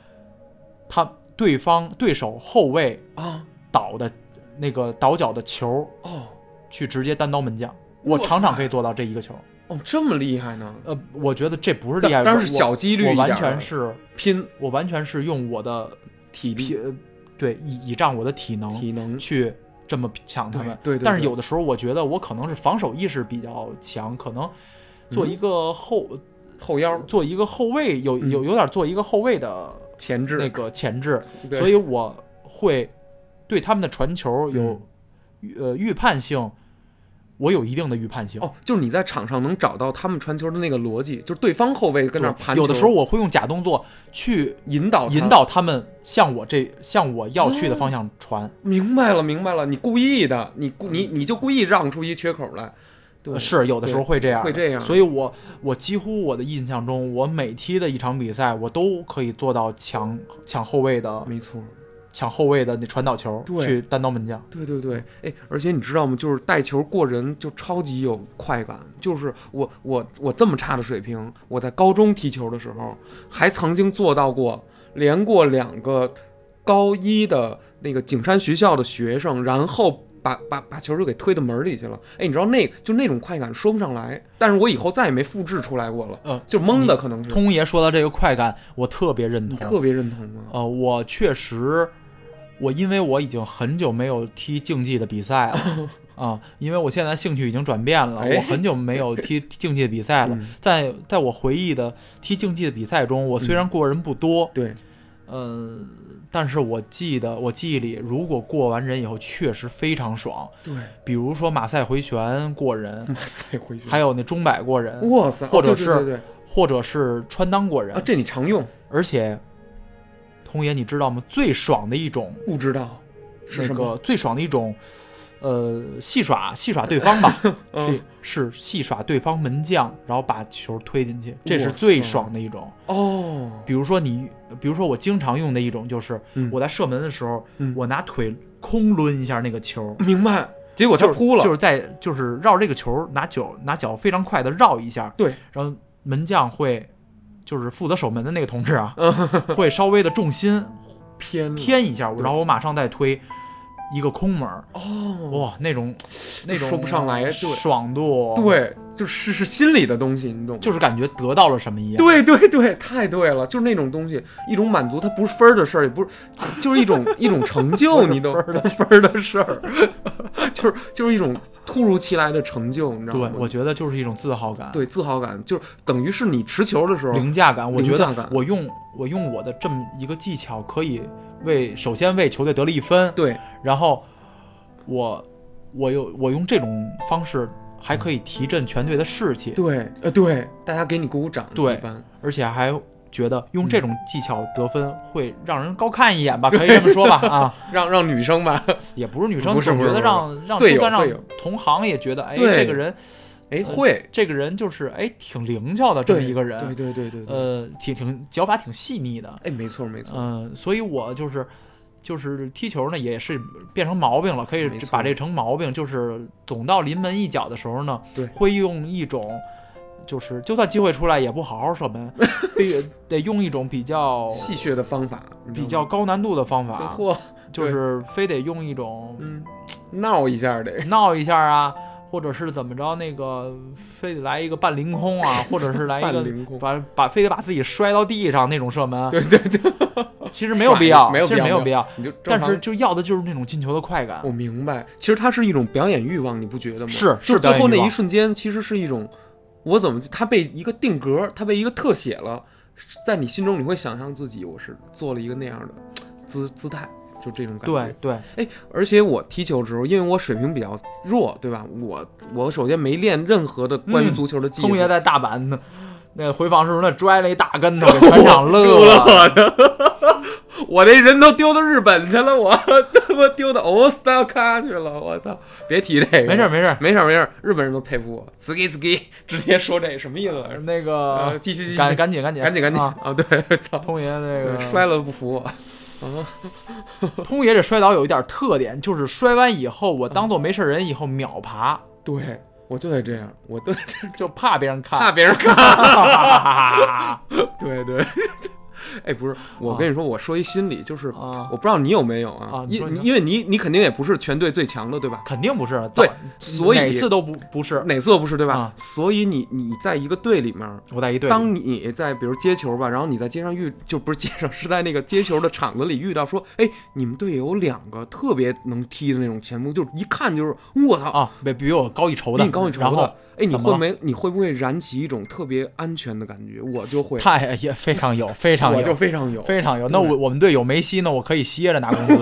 对手后卫倒的那个倒脚的球去直接单刀门将，我场场可以做到这一个球。 这么厉害呢？ 我觉得这不是厉害， 当然是小几率一点， 我完全是拼， 我完全是用我的体力， 对，倚仗我的体能去这么抢他们。 对。 但是有的时候我觉得我可能是防守意识比较强，可能做一个后腰， 做一个后卫，有点做一个后卫的前置，所以我会对他们的传球有预判性，我有一定的预判性。 就是你在场上能找到他们传球的那个逻辑，就是对方后卫跟那盘球， 有的时候我会用假动作去引导他们向我要去的方向传。 明白了，你故意的，你就故意让出一缺口来。 是有的时候会这样， 所以我几乎我的印象中，我每踢的一场比赛，我都可以做到抢后卫的， 没错， 抢后卫的那传导球去单刀门将。 对，而且你知道吗？就是带球过人就超级有快感。就是我这么差的水平，我在高中踢球的时候，还曾经做到过连过2个高1的那个景山学校的学生，然后把球就给推到门里去了。你知道那种快感说不上来，但是我以后再也没复制出来过了。就懵的可能是。 通爷说到这个快感，我特别认同。 你特别认同吗？ 我确实，因为我已经很久没有踢竞技的比赛了因为我现在兴趣已经转变了，我很久没有踢竞技的比赛了。在我回忆的踢竞技的比赛中，我虽然过人不多， 对， 但是我记忆里，如果过完人以后，确实非常爽。 对， 比如说马赛回旋过人，还有那钟摆过人， 哇塞， 或者是或者是穿裆过人这你常用。 而且，童爷你知道吗？最爽的一种不知道是什么？ 最爽的一种，戏耍对方吧，是戏耍对方门将，然后把球推进去，这是最爽的一种。比如说我经常用的一种就是我在射门的时候，我拿腿空抡一下那个球， 明白？结果他扑了， 就是绕这个球拿脚非常快的绕一下， 对， 然后门将会就是负责守门的那个同志会稍微的重心偏一下，然后我马上再推一个空门。哇，那种说不上来， 爽度， 对，就是心里的东西，你懂吗？ 就是感觉得到了什么一样。 对，太对了，就是那种东西，一种满足，它不是分的事儿，也不是，就是一种成就，你懂分的事儿，就是一种突如其来的成就，你知道吗？ 对，我觉得就是一种自豪感。 对，自豪感就是等于是你持球的时候凌驾感。我觉得我用我的这么一个技巧，可以首先为球队得了1分。 对， 然后我用这种方式还可以提振全队的士气。 对，大家给你鼓掌。 对，而且还觉得用这种技巧得分会让人高看一眼吧，可以这么说吧啊， 让女生吧， 也不是女生， 不是觉得让队友就算让同行也觉得，哎，这个人。 会这个人就是挺灵巧的这么一个人， 对， 挺脚法挺细腻的， 没错， 所以我就是踢球呢，也是变成毛病了，可以把这成毛病，就是总到临门一脚的时候呢， 对， 会用一种就是就算机会出来也不好好射门，得用一种比较戏谑的方法， 比较高难度的方法，就是非得用一种闹一下啊。或者是怎么着，那个非得来一个半凌空啊，或者是来一个非得把自己摔到地上那种射门， 对， 其实没有必要， 其实没有必要，但是就要的就是那种进球的快感。 我明白，其实它是一种表演欲望，你不觉得吗？ 是， 就最后那一瞬间，其实是一种他被一个定格，他被一个特写了，在你心中你会想象自己我是做了一个那样的姿态。就这种感觉， 对， 而且我踢球的时候，因为我水平比较弱，对吧？我首先没练任何的关于足球的技术。 聪爷在大阪呢，那回访时候那拽了一大跟头，给全场乐的。我这人都丢到日本去了，我他妈丢到欧斯达卡去了，我操！别提这个， 没事， 日本人都佩服我，斯基，直接说这什么意思？ 那个继续， 赶紧啊！对，操， 聪爷那个摔了不服我。 通爷这摔倒有一点特点，就是摔完以后我当做没事人以后秒爬， 对，我就得这样，我就怕别人看， 对。不是，我跟你说，我说一心理，就是我不知道你有没有啊？因为你肯定也不是全队最强的，对吧？ 肯定不是， 对，所以哪次都不是， 哪次都不是，对吧？所以你在一个队里面， 我在一队， 当你在比如接球吧，然后你在街上就不是街上，是在那个接球的场子里遇到说，你们队有2个特别能踢的那种前锋，就是一看就是我操啊，比我高一筹的， 然后你会不会燃起一种特别安全的感觉？我就会， 也非常有， 我就非常有。 那我们队有梅西呢，我可以歇着拿工资，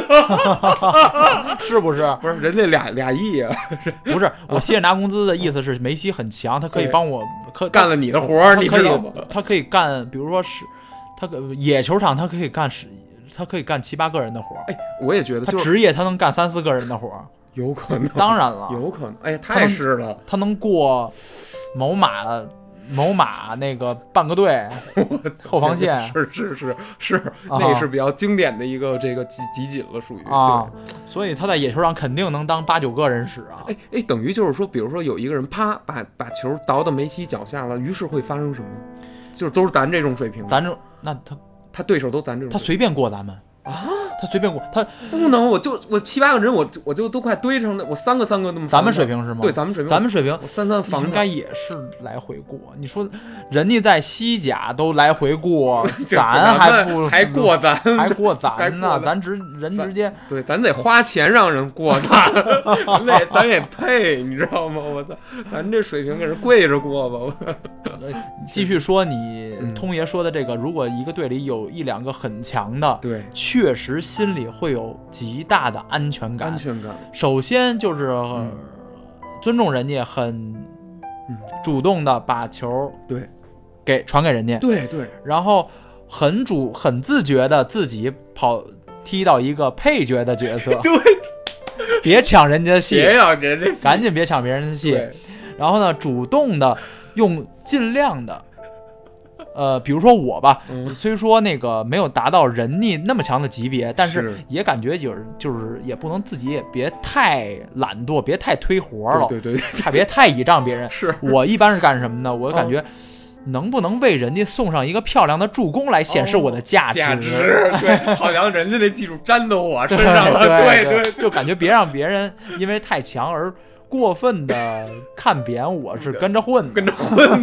是不是？ 不是，人家俩亿啊！ 不是，我歇着拿工资的意思是梅西很强，他可以帮我干了你的活儿，你知道吗？ 他可以干，比如说是他野球场，他可以干7、8个人的活儿。 我也觉得， 他职业他能干3、4个人的活儿。 有可能， 当然了， 有可能。太是了， 他能过某马那个半个队后防线， 是，那也是比较经典的一个这个集锦了，属于啊。所以他在野球上肯定能当8、9个人使啊。 等于就是说，比如说有一个人啪把球倒到梅西脚下了，于是会发生什么？就是都是咱这种水平， 那他对手都咱这种水平， 他随便过咱们啊。他随便过，他不能，我7、8个人，我就都快堆成了，我3个那么。 咱们水平是吗？ 对，咱们水平，我3防应该也是来回过。你说人家在西甲都来回过，咱还过咱呢？咱直接对，咱得花钱让人过咱，咱也配，你知道吗？我操，咱这水平给人跪着过吧。 继续说你通爷说的这个，如果一个队里有1、2个很强的， 对， 确实心里会有极大的安全感。首先就是尊重人家，很主动的把球传给人家， 对， 然后很自觉的自己踢到一个配角的角色， 对， 别抢人家的戏，赶紧别抢别人的戏。然后呢，主动的用尽量的。比如说我吧，虽说那个没有达到人家那么强的级别，但是也感觉就是也不能自己也别太懒惰，别太推活了， 对， 别太倚仗别人。 是我一般是干什么呢？我感觉能不能为人家送上一个漂亮的助攻来显示我的价值？ 对，好像人家那技术粘到我身上了，对， 就感觉别让别人因为太强而过分的看扁我，是跟着混的。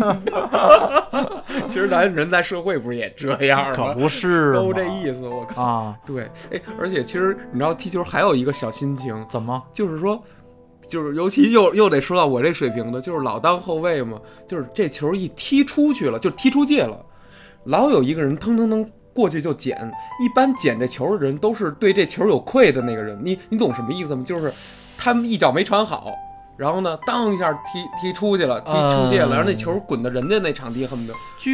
其实咱人在社会不是也这样吗？ 可不是， 都这意思。我靠啊！ 对，而且其实你知道踢球还有一个小心情， 怎么？ 就是说，就是尤其又得说到我这水平的，就是老当后卫嘛，就是这球一踢出去了，就踢出界了，老有一个人腾过去就捡。一般捡这球的人都是对这球有愧的那个人，你懂什么意思吗？就是他们一脚没传好。然后呢，当一下踢出去了，踢出界了，然后那球滚到人家那场地，恨不得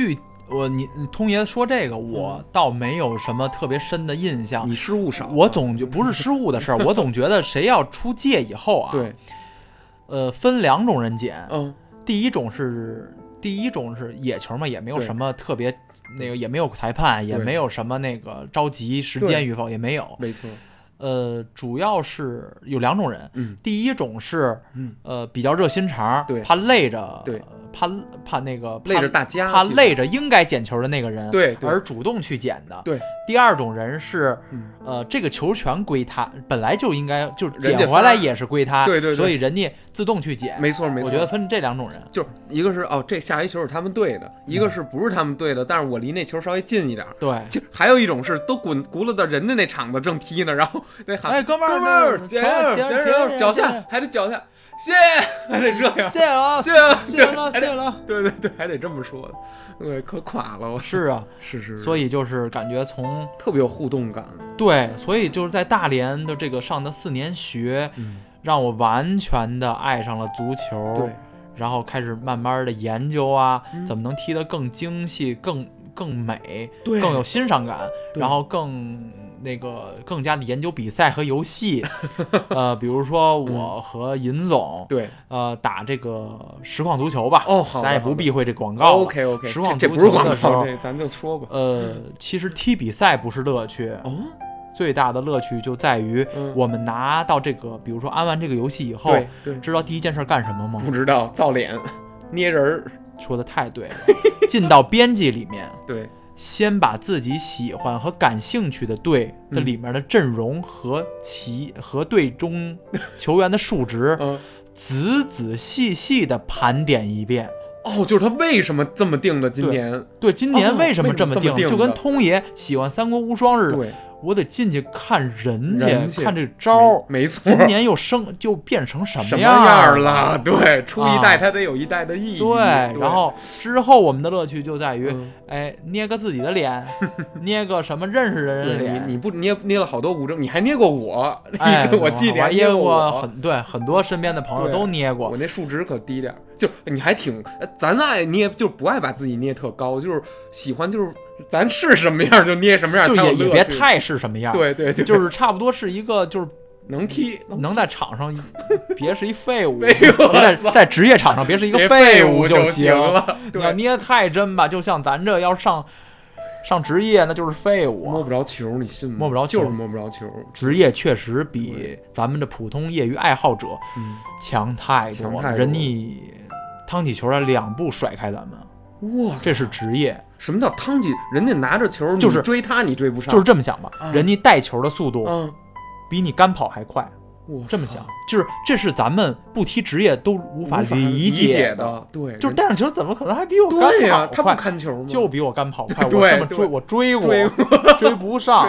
你通爷说这个，我倒没有什么特别深的印象。 你失误少， 我总就不是失误的事儿，我总觉得谁要出界以后啊， 对， 分2种人捡，第一种是野球嘛，也没有什么特别那个，也没有裁判，也没有什么那个着急时间与否，也没有， 没错。 主要是有2种人，第一种是比较热心肠， 对， 怕累着， 对， 怕那个累着大家， 怕累着应该捡球的那个人， 对， 而主动去捡的， 对。 第2种人是这个球权归他，本来就应该就捡回来也是归他， 对， 所以人家自动去捡， 没错。 我觉得分这2种人， 就一个是这下一球是他们队的，一个是不是他们队的，但是我离那球稍微近一点， 对。 就还有一种是都轱辘到人家那场子正踢呢，然后得喊哥们儿捡球，脚下还得脚下。谢，还得这样， 谢了，谢了， 对，还得这么说的，对，可垮了， 是啊， 是， 所以就是感觉从特别有互动感， 对，所以就是在大连的这个上的4年学，让我完全的爱上了足球， 对， 然后开始慢慢的研究啊，怎么能踢得更精细、更美， 对， 更有欣赏感，然后更加的研究比赛和游戏，比如说我和尹总， 对， 打这个实况足球吧， 好， 咱也不避讳这广告 ，OK， 实况足球的时候，咱就说吧， 其实踢比赛不是乐趣，最大的乐趣就在于我们拿到这个，比如说安完这个游戏以后， 对， 知道第一件事干什么吗？ 不知道，造脸、捏人， 说的太对了，进到编辑里面， 对。 先把自己喜欢和感兴趣的队的里面的阵容和队中球员的数值，仔细的盘点一遍。 就是他为什么这么定的？今年对，今年为什么这么定？就跟通爷喜欢三国无双似的。 对， 我得进去看人家看这招， 没错。 今年又变成什么样了？对，出一代它得有一代的意义。 对，然后之后我们的乐趣就在于，捏个自己的脸，捏个什么认识的人脸。 你不捏了好多无证，你还捏过我，我记得还捏过很多身边的朋友都捏过。 我那数值可低点，就你还挺，咱爱捏就不爱把自己捏特高，就是喜欢就是。咱是什么样就捏什么样， 就也别太是什么样。 对， 就是差不多是一个就是能踢， 能在场上别是一废物，在职业场上别是一个废物就行了。 你要捏太真吧，就像咱这要上职业，那就是废物， 摸不着球，你信吗？ 摸不着球， 就是摸不着球。 职业确实比咱们这普通业余爱好者强太多了，人家趟起球来2步甩开咱们，哇，这是职业。 什么叫趟起？人家拿着球， 就是追他，你追不上。 就是这么想吧，人家带球的速度，比你干跑还快。这么想，就是这是咱们不踢职业都无法理解的。对， 就是带上球怎么可能还比我干跑快？ 对呀，他不看球吗？ 就比我干跑快。 对， 我追过，追不上。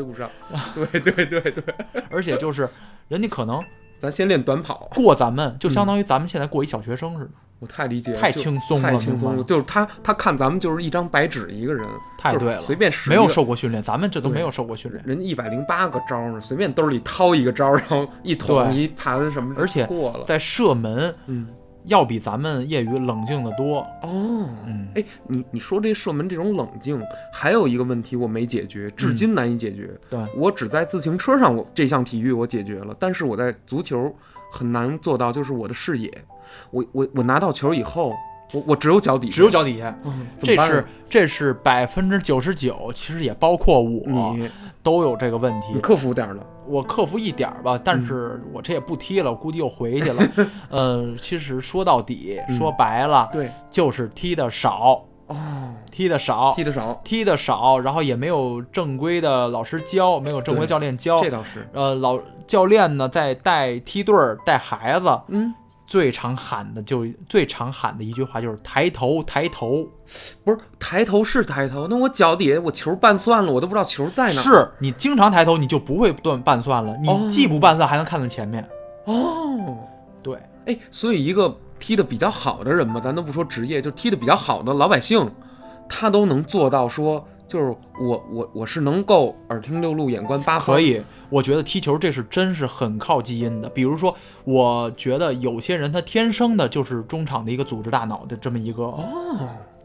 对。 而且就是人家可能咱先练短跑， 过咱们就相当于咱们现在过一小学生似的。 我太理解了， 太轻松了， 就是他看咱们就是一张白纸一个人， 太对了， 随便使没有受过训练，咱们这都没有受过训练。 人108个招呢，随便兜里掏一个招，然后一捅一盘什么， 而且过了。 在射门，要比咱们业余冷静的多。 你说这射门这种冷静，还有一个问题我没解决，至今难以解决。 对， 我只在自行车上这项体育我解决了，但是我在足球很难做到，就是我的视野。我拿到球以后，我只有脚底下，这是99%，其实也包括我， 你都有这个问题。 你克服点了， 我克服一点吧，但是我这也不踢了，估计又回去了。其实说到底，说白了， 对， 就是踢的少。踢的少，然后也没有正规的老师教，没有正规教练教。 这倒是。 老教练呢在带梯队带孩子，最常喊的一句话就是抬头。 不是抬头是抬头，那我脚底下我球绊算了，我都不知道球在哪。 是你经常抬头，你就不会绊算了。你既不绊算，还能看到前面。对， 所以一个踢得比较好的人吧，咱都不说职业，就踢得比较好的老百姓，他都能做到说，就是我是能够耳听六路眼观八方。 可以，我觉得踢球这是真是很靠基因的。比如说，我觉得有些人他天生的就是中场的一个组织大脑的这么一个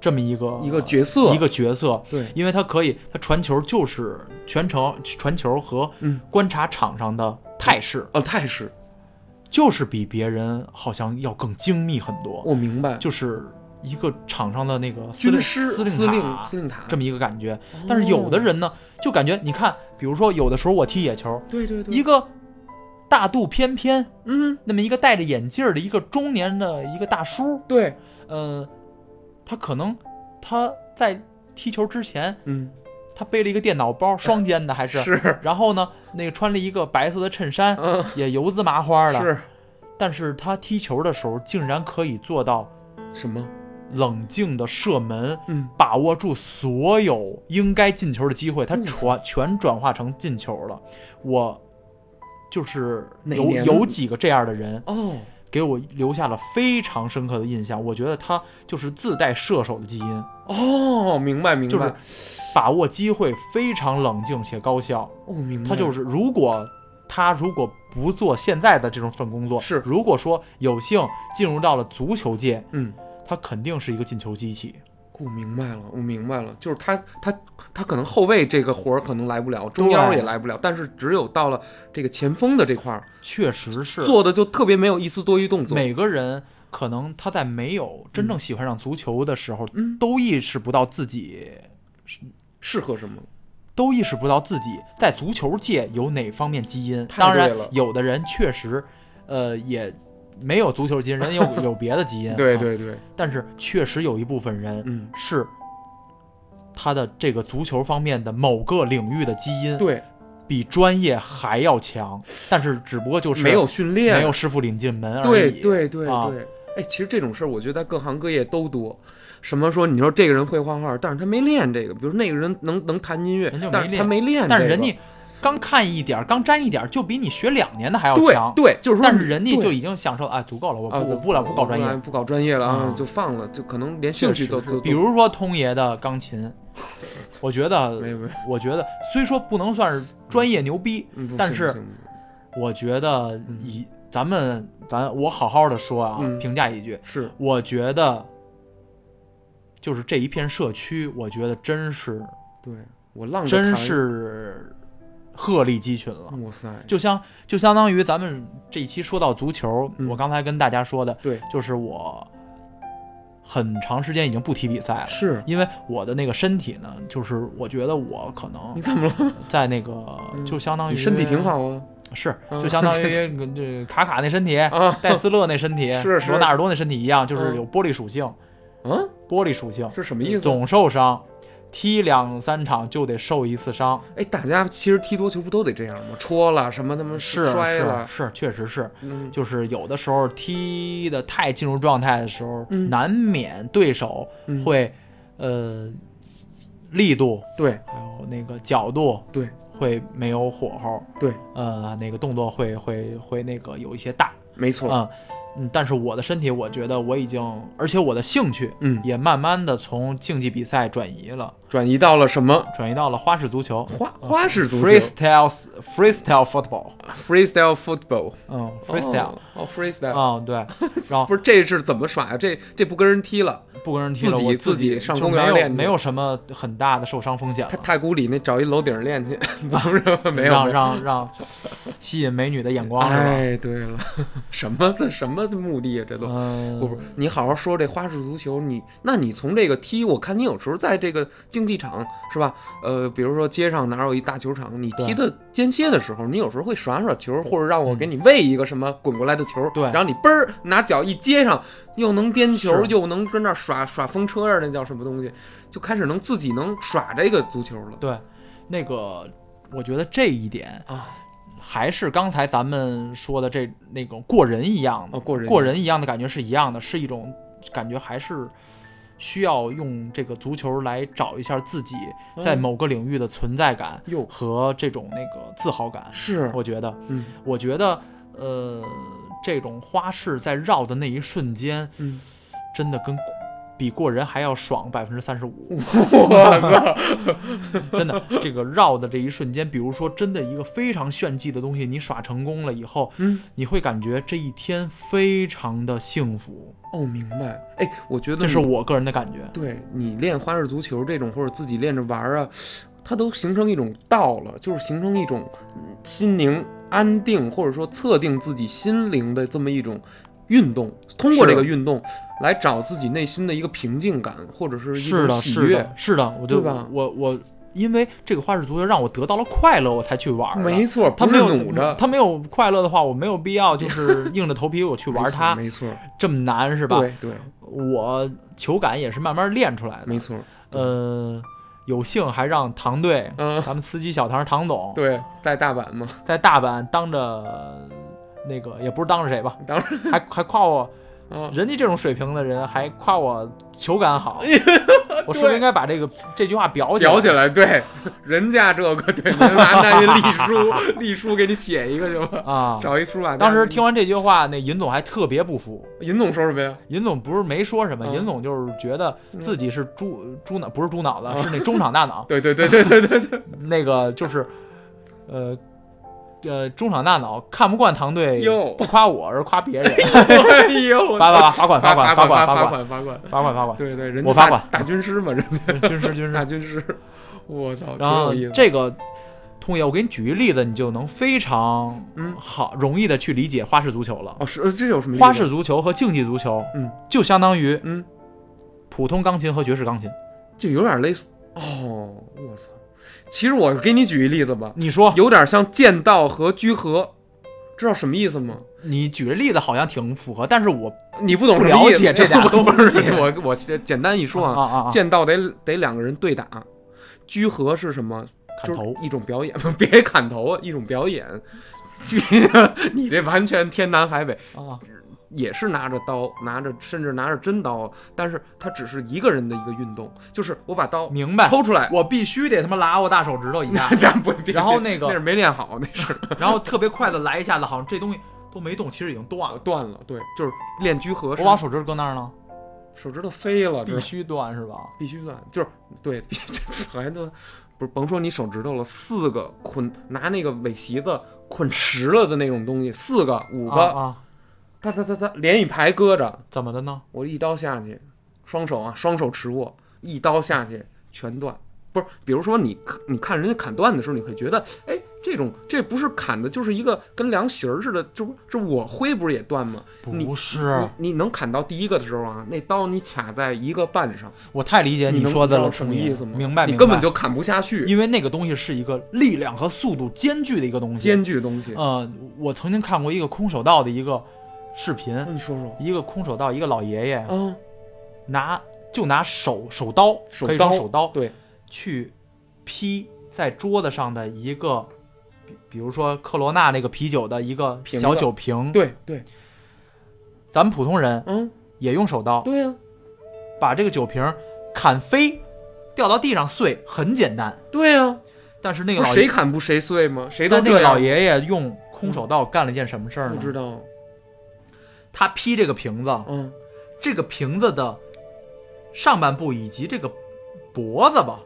这么一个角色， 对，因为他传球就是全程传球和观察场上的态势， 态势就是比别人好像要更精密很多。 我明白， 就是一个场上的那个军师司令塔这么一个感觉。但是有的人呢，就感觉你看，比如说有的时候我踢野球， 对， 一个大肚翩翩，那么一个戴着眼镜的一个中年的一个大叔， 对， 他可能他在踢球之前，他背了一个电脑包，双肩的还是，然后呢，那个穿了一个白色的衬衫，也油滋麻花的， 是， 但是他踢球的时候竟然可以做到什么？ 冷静的射门，把握住所有应该进球的机会，他全转化成进球了。我就是有几个这样的人给我留下了非常深刻的印象。我觉得他就是自带射手的基因。 明白， 就是把握机会非常冷静且高效。 明白。 他就是如果不做现在的这种份工作， 是如果说有幸进入到了足球界，他肯定是一个进球机器。 我明白了，就是他可能后卫这个活儿可能来不了，中腰也来不了，但是只有到了这个前锋的这块儿， 确实是做的就特别没有一丝多余动作。 每个人可能他在没有真正喜欢上足球的时候，都意识不到自己适合什么， 都意识不到自己在足球界有哪方面基因。 当然有的人确实也没有足球基因，人有别的基因对， 但是确实有一部分人是他的这个足球方面的某个领域的基因比专业还要强，但是只不过就是没有训练， 没有师傅领进门而已。 对，其实这种事儿我觉得在各行各业都多。什么说你说这个人会画画，但是他没练这个，比如那个人能弹音乐，但是他没练这个， 但是人家刚看一点，刚沾一点，就比你学2年的还要强。 对，就是说， 但是人家就已经享受足够了，我不搞专业， 不搞专业了就放了，就可能连兴趣都。 比如说通爷的钢琴，我觉得虽说不能算是专业牛逼，但是我觉得我好好的说评价一句， 是我觉得就是这一片社区，我觉得真是对我浪真是鹤立鸡群了。 哇塞， 就相当于咱们这一期说到足球，我刚才跟大家说的， 对， 就是我很长时间已经不踢比赛了， 是因为我的那个身体呢，就是我觉得我可能你怎么了？ 在那个就相当于你身体挺好啊。 是，就相当于这卡卡那身体，戴斯勒那身体， 是罗纳尔多那身体一样，就是有玻璃属性。玻璃属性是什么意思？ 总受伤，踢2-3场就得受1次伤。 大家其实踢足球不都得这样吗？戳了什么他妈摔了， 是确实是，就是有的时候踢的太进入状态的时候，难免对手会力度对， 还有那个角度对， 会没有火候对， 那个动作会那个有一些大， 没错但是我的身体，我觉得我已经，而且我的兴趣，也慢慢的从竞技比赛转移到了什么？ 转移到了花式足球， 花式足球 ，freestyle football，freestyle freestyle， 对，然后不是这是怎么耍呀？这不跟人踢了，自己上公园练， 没有什么很大的受伤风险了。 太古里那找一楼顶练去，没有让吸引美女的眼光是吧？ 对了，什么目的啊？这都不是你好好说这花式足球，那你从这个踢，我看你有时候在这个竞技场是吧？比如说街上哪有一大球场，你踢的间歇的时候，你有时候会耍球，或者让我给你喂一个什么滚过来的球， 对， 然后你嘣儿拿脚一接上，又能颠球，又能跟那耍风车啊，那叫什么东西？就开始自己能耍这个足球了。 对，那个我觉得这一点还是刚才咱们说的那种过人一样的，过人一样的感觉是一样的，是一种感觉，还是需要用这个足球来找一下自己在某个领域的存在感和这种那个自豪感。 是， 我觉得这种花式在绕的那一瞬间，真的跟比过人还要爽35%。 我操！ 真的，这个绕的这一瞬间，比如说真的一个非常炫技的东西，你耍成功了以后，你会感觉这一天非常的幸福。 哦，明白。哎，我觉得这是我个人的感觉。 对，你练花式足球这种，或者自己练着玩啊，它都形成一种道了，就是形成一种心灵安定，或者说测定自己心灵的这么一种运动。通过这个运动来找自己内心的一个平静感，或者是一种喜悦。 是的， 对吧？ 我因为这个花式足球让我得到了快乐，我才去玩。 没错， 他没有努着， 他没有快乐的话，我没有必要就是硬着头皮我去玩它。 没错， 这么难是吧？ 对， 我球感也是慢慢练出来的。 没错。 有幸还让唐队，咱们司机小唐唐总， 对，在大阪嘛， 在大阪当着那个也不是当着谁吧， 当然还夸我。人家这种水平的人还夸我球感好，我是不是应该把这句话裱起来？ 对，人家这个对，拿隶书给你写一个去吧啊，找一书法家。 当时听完这句话，那尹总还特别不服。 尹总说什么呀？ 尹总不是没说什么，尹总就是觉得自己是猪脑，不是猪脑子，是那中场大脑。 对， 那个就是中场大脑看不惯唐队，不夸我而夸别人。 哎呦， 罚款！ 对，人我罚款， 大军师嘛，人家军师大军师。我操， 然后这个通爷，我给你举一例子，你就能非常容易的去理解花式足球了。 哦，是这有什么？ 花式足球和竞技足球，就相当于普通钢琴和爵士钢琴， 就有点类似。哦，我操！其实我给你举一例子吧， 你说有点像剑道和居合，知道什么意思吗？ 你举的例子好像挺符合，但是你不懂不了解这俩东西。 我简单一说啊，剑道得两个人对打，居合是什么？就是一种表演，别砍头啊，一种表演。你这完全天南海北啊！也是拿着刀，甚至拿着真刀，但是它只是一个人的一个运动，就是我把刀明白抽出来， 我必须得他妈拉我大手指头一下，然后那是没练好，那是， 然后特别快的来一下子，好像这东西都没动，其实已经断了， 对，就是练居合。 我把手指头搁那儿呢， 手指头飞了， 必须断是吧？ 必须断，就是对，还都不是甭说你手指头了，4个捆拿那个尾席子捆实了的那种东西，4个5个他连一排搁着， 怎么的呢？ 我一刀下去，双手持握，一刀下去全断。不是，比如说你看人家砍断的时候，你会觉得，哎，这不是砍的，就是一个跟量席儿似的，这我挥不是也断吗？ 不是， 你能砍到第一个的时候啊，那刀你卡在1个半上， 我太理解你说的了， 什么意思吗？ 明白， 你根本就砍不下去， 因为那个东西是一个力量和速度兼具的一个东西。我曾经看过一个空手道的一个视频， 你说说， 一个空手道，一个老爷爷，拿手刀，可以说手刀， 对， 去劈在桌子上的一个，比如说科罗娜那个啤酒的一个小酒瓶， 对， 咱们普通人，也用手刀， 对呀， 把这个酒瓶砍飞，掉到地上碎，很简单， 对呀， 但是那个谁砍不谁碎吗？谁都这样。 那个老爷爷用空手道干了件什么事儿呢？ 不知道。 他劈这个瓶子，这个瓶子的上半部以及这个脖子吧，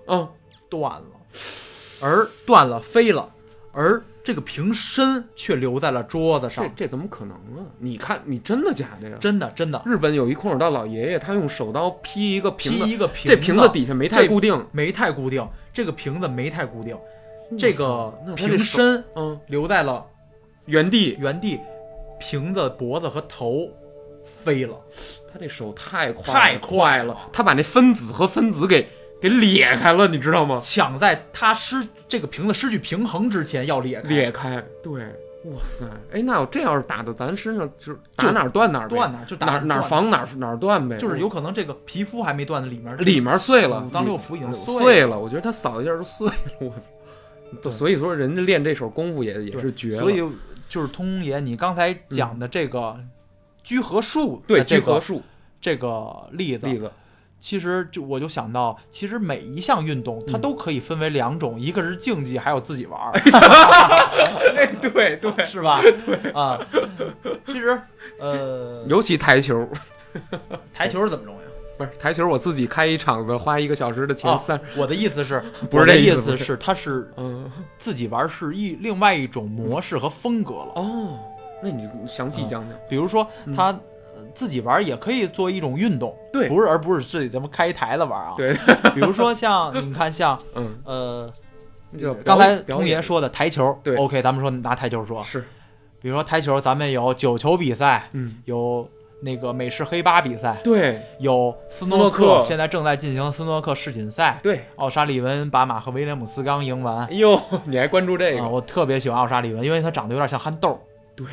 断了，飞了，而这个瓶身却留在了桌子上。 这怎么可能啊？你看，你真的假的呀？ 真的。 日本有一空手道老爷爷，他用手刀劈一个瓶子， 这瓶子底下没太固定， 这个瓶子没太固定，这个瓶身留在了原地。 瓶子脖子和头飞了， 他这手太快了，他把那分子和分子给裂开了，你知道吗？ 抢在他这个瓶子失去平衡之前要裂开。 对，哇塞，哎，那这要是打到咱身上，就是打哪儿断哪儿， 就打哪儿防哪儿断呗。 就是有可能这个皮肤还没断的里面碎了， 五脏六腑已经碎了。我觉得他扫一下就碎了，我操！所以说人家练这手功夫也是绝了。 所以就是通爷，你刚才讲的这个居合术， 对，居合术这个例子，其实我就想到，其实每一项运动它都可以分为2种，一个是竞技，还有自己玩。 哎，对， 是吧？对啊，其实尤其台球， 台球是怎么重呀？ 不是台球，我自己开一场子花1个小时的前3。 我的意思是， 不是这意思是，他是自己玩是另外一种模式和风格了。 哦，那你详细讲讲。 比如说他自己玩也可以做一种运动， 对， 而不是自己咱们开一台子玩啊。 对， 比如说像你看像就刚才童爷说的台球， 对 ，OK， 咱们说拿台球说是， 比如说台球，咱们有9球比赛，有那个美式黑八比赛， 对， 有斯诺克，现在正在进行斯诺克世锦赛， 对， 奥沙利文把马克威廉姆斯刚赢完。 哎呦，你还关注这个？ 我特别喜欢奥沙利文，因为他长得有点像憨豆。 对，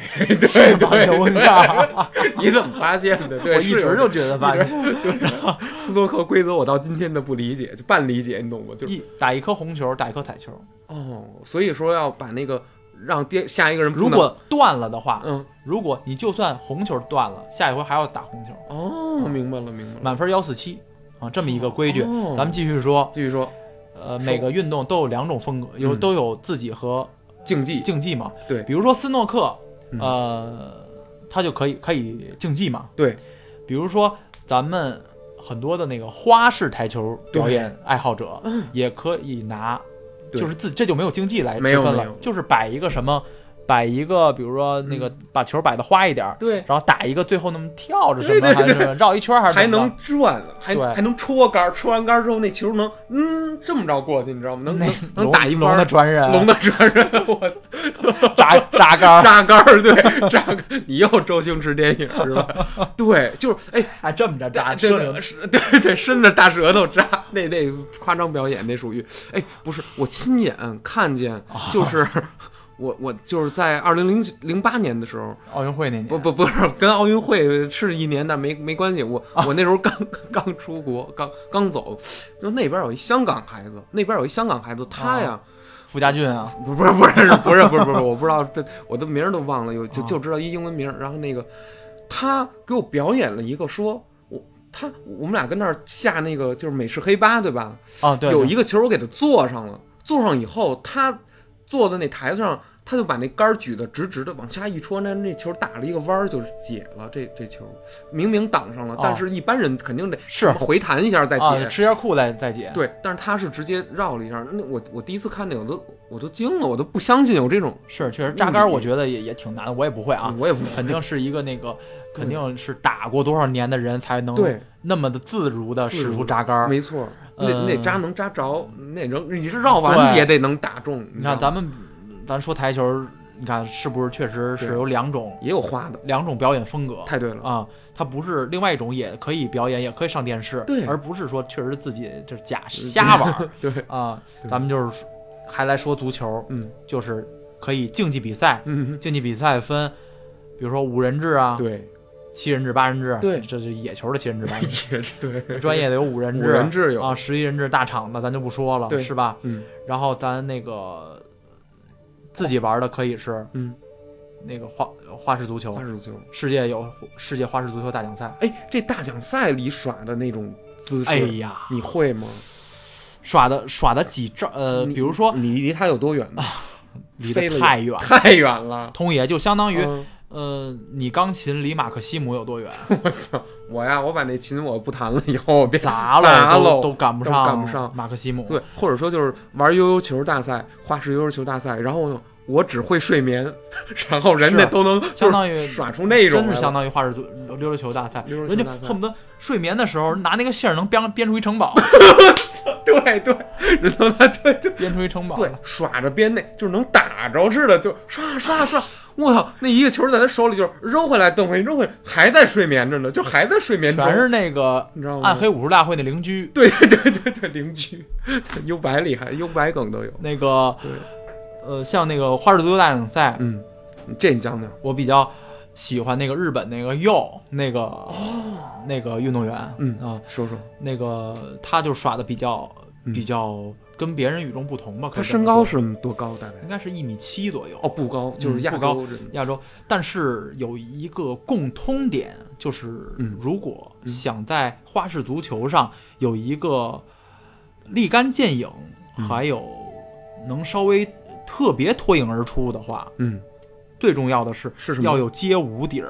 你怎么发现的？对， 我一直就觉得发现。 斯诺克规则我到今天的不理解，就半理解，你懂吗？就打一颗红球，打一颗彩球。 哦，所以说要把那个让下一个人如果断了的话， 如果你就算红球断了，下一回还要打红球。 哦，明白了， 满分147啊，这么一个规矩。咱们继续说，每个运动都有2种风格，都有自己和竞技嘛。 对， 比如说斯诺克。他就可以竞技嘛？ 对， 比如说咱们很多的那个花式台球表演爱好者也可以拿，就是这就没有竞技来之分了，就是摆一个，比如说那个把球摆的花一点， 对， 然后打一个，最后那么跳着什么，还是绕一圈， 还能转了，还能戳杆，戳完杆之后那球能这么着过去，你知道吗？能打一龙的传人， 我扎杆，对，扎杆，你又周星驰电影是吧？对，就是还这么着扎， 对，伸着大舌头扎，那夸张表演那属于，不是，我亲眼看见，就是。我就是在2008年的时候， 奥运会那年， 不是跟奥运会是一年，但没关系。我那时候刚出国，刚走，就那边有一香港孩子，他呀， 傅家俊啊， 不是，我不知道，我的名儿都忘了，就知道一英文名。然后那个他给我表演了一个，说我们俩跟那儿下那个就是美式黑八，对吧？ 啊，对， 有一个球我给他做上了，做上以后他坐在那台子上，他就把那杆举得直直的往下一戳，那球打了一个弯就解了。这球明明挡上了，但是一般人肯定得是回弹一下再解， 吃下裤再解。 对，但是他是直接绕了一下。那我第一次看那个，我都惊了，我都不相信有这种。 是，确实扎杆，我觉得也挺难的，我也不会啊， 我也不会， 肯定是一个那个，肯定是打过多少年的人才能那么的自如的使出扎杆。 没错，那扎能扎着，那你是绕完也得能打中。 你看咱说台球，你看是不是确实是有2种， 也有花的 2种表演风格？ 太对了啊！它不是另外一种也可以表演，也可以上电视， 对， 而不是说确实自己就是瞎玩。 对啊，咱们就是还来说足球，就是可以竞技比赛，竞技比赛分，比如说5人制啊， 对 ，7人制、8人制， 对， 这是野球的7人制、8人制， 对， 专业的有5人制， 5人制有啊，11人制大场的咱就不说了，是吧？然后咱那个自己玩的可以是，那个花式足球，世界花式足球大奖赛。 这大奖赛里耍的那种姿势， 哎呀， 你会吗？ 耍的几招，比如说你离他有多远呢？ 离得太远了。 通爷就相当于，你钢琴离马克西姆有多远？ 我操！我把那琴我不弹了，以后我别砸了，都赶不上马克西姆。 对，或者说就是玩悠悠球大赛、花式悠悠球大赛，然后我只会睡眠，然后人家都能相当于耍出那种， 真是相当于花式溜溜球大赛，人家恨不得睡眠的时候拿那个线能编出一城堡。 对，人都对编出一城堡， 对，耍着编那就是能打着似的，就刷，我操，那一个球在他手里就是扔回来蹬回，扔回来还在睡眠着呢，就还在睡眠中， 全是那个你知道吗？ 暗黑武术大会的邻居， 对，邻居，优白厉害，优白梗都有。 那个，像那个花式足球大奖赛， 这你讲讲， 我比较喜欢那个日本那个那个运动员， 说说那个他就耍的比较跟别人与众不同吧。 他身高是多高？大概应该是1.7米左右。 不高，就是亚洲。但是有一个共通点，就是如果想在花式足球上有一个立竿见影，还有能稍微特别脱颖而出的话，最重要的是要有街舞底儿。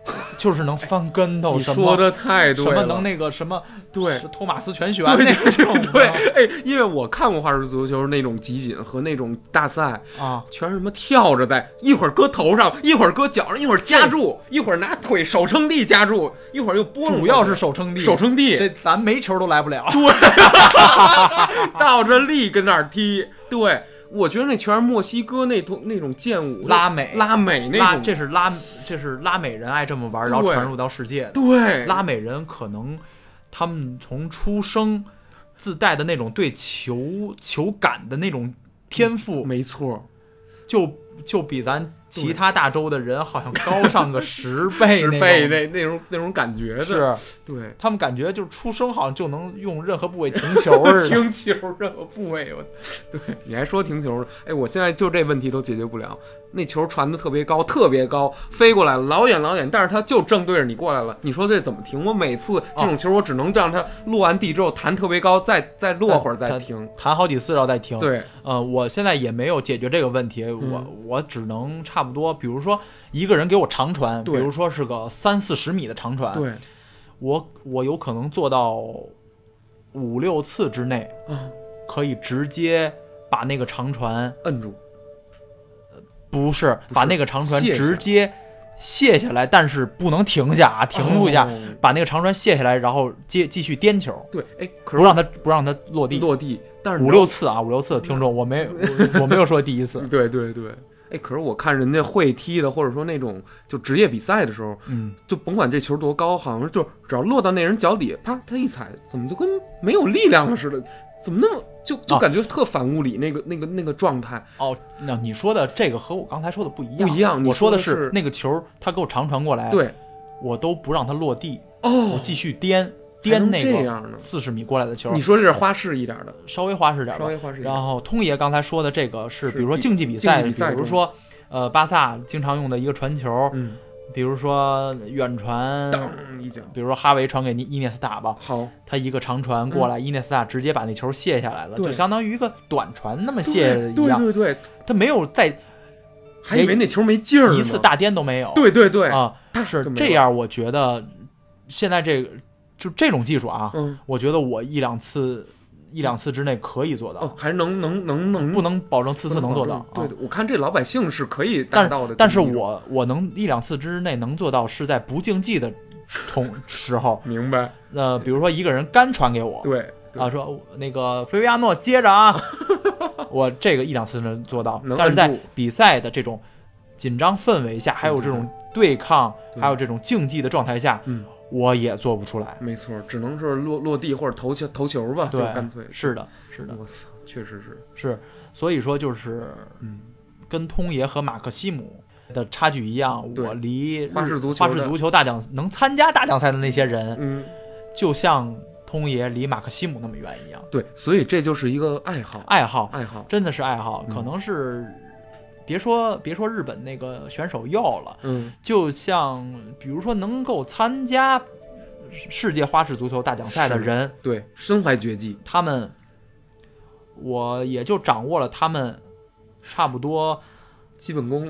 就是能翻跟头， 你说的太对了， 什么能那个什么， 对， 托马斯全旋那种， 对，哎，因为我看过花式足球那种集锦和那种大赛啊， 全是什么跳着在，一会儿搁头上，一会儿搁脚上，一会儿夹住，一会儿拿腿手撑地夹住，一会儿又拨， 主要是手撑地， 手撑地， 这咱没球都来不了， 对，倒着立跟那儿踢，对。我觉得那全是墨西哥那种剑舞， 拉美那种， 这是拉美人爱这么玩，然后传入到世界的。 对， 拉美人可能他们从出生自带的那种对球感的那种天赋， 没错， 就比咱其他大洲的人好像高上个10倍 ，10倍那种感觉的， 是， 对他们感觉就是出生好像就能用任何部位停球似的， 停球任何部位，对，你还说停球，哎，我现在就这问题都解决不了，那球传的特别高，飞过来了，老远，但是他就正对着你过来了，你说这怎么停？我每次这种球，我只能让它落完地之后弹特别高，再落会儿再停， 弹好几次然后再停。 对， 我现在也没有解决这个问题，我只能差不多，比如说一个人给我长传，比如说是个30-40米的长传， 对， 我有可能做到5-6次之内，可以直接把那个长传摁住， 不是把那个长传直接卸下来，但是不能停下，停住一下，把那个长传卸下来，然后继续颠球。 对，哎， 不让它落地， 但是 5-6次啊，5-6次，听众，我没有说第一次。 对。哎，可是我看人家会踢的，或者说那种就职业比赛的时候，就甭管这球多高，好像就只要落到那人脚底，啪，他一踩，怎么就跟没有力量了似的？怎么那么就感觉特反物理那个状态？ 哦，那你说的这个和我刚才说的不一样。 不一样， 我说的是那个球，他给我长传过来， 对， 我都不让他落地， 我继续颠那个40米过来的球。 你说这是花式一点的， 稍微花式点吧，然后通爷刚才说的这个是，比如说竞技比赛，比如说巴萨经常用的一个传球，比如说远传，比如说哈维传给伊涅斯塔吧， 好， 他一个长传过来，伊涅斯塔直接把那球卸下来了，就相当于一个短传那么卸一样。 对， 他没有在， 还以为那球没劲儿， 一次大颠都没有。 对啊，是这样。我觉得现在就这种技术啊，我觉得我一两次之内可以做到， 还能不能保证次能做到。 对，我看这老百姓是可以达到的， 但是我能1-2次之内能做到，是在不竞技的时候。 明白。 比如说一个人干传给我， 对啊，说那个菲维亚诺接着啊，我这个1-2次能做到，但是在比赛的这种紧张氛围下，还有这种对抗，还有这种竞技的状态下，我也做不出来。 没错，只能是落地或者投球吧，就干脆。 是的。 我操，确实是，所以说就是跟通爷和马克西姆的差距一样，我离花式足球大奖能参加大奖赛的那些人，就像通爷离马克西姆那么远一样。 对，所以这就是一个爱好， 真的是爱好，可能是。别说日本那个选手要了，就像比如说能够参加世界花式足球大奖赛的人， 对，身怀绝技， 他们，我也就掌握了他们差不多基本功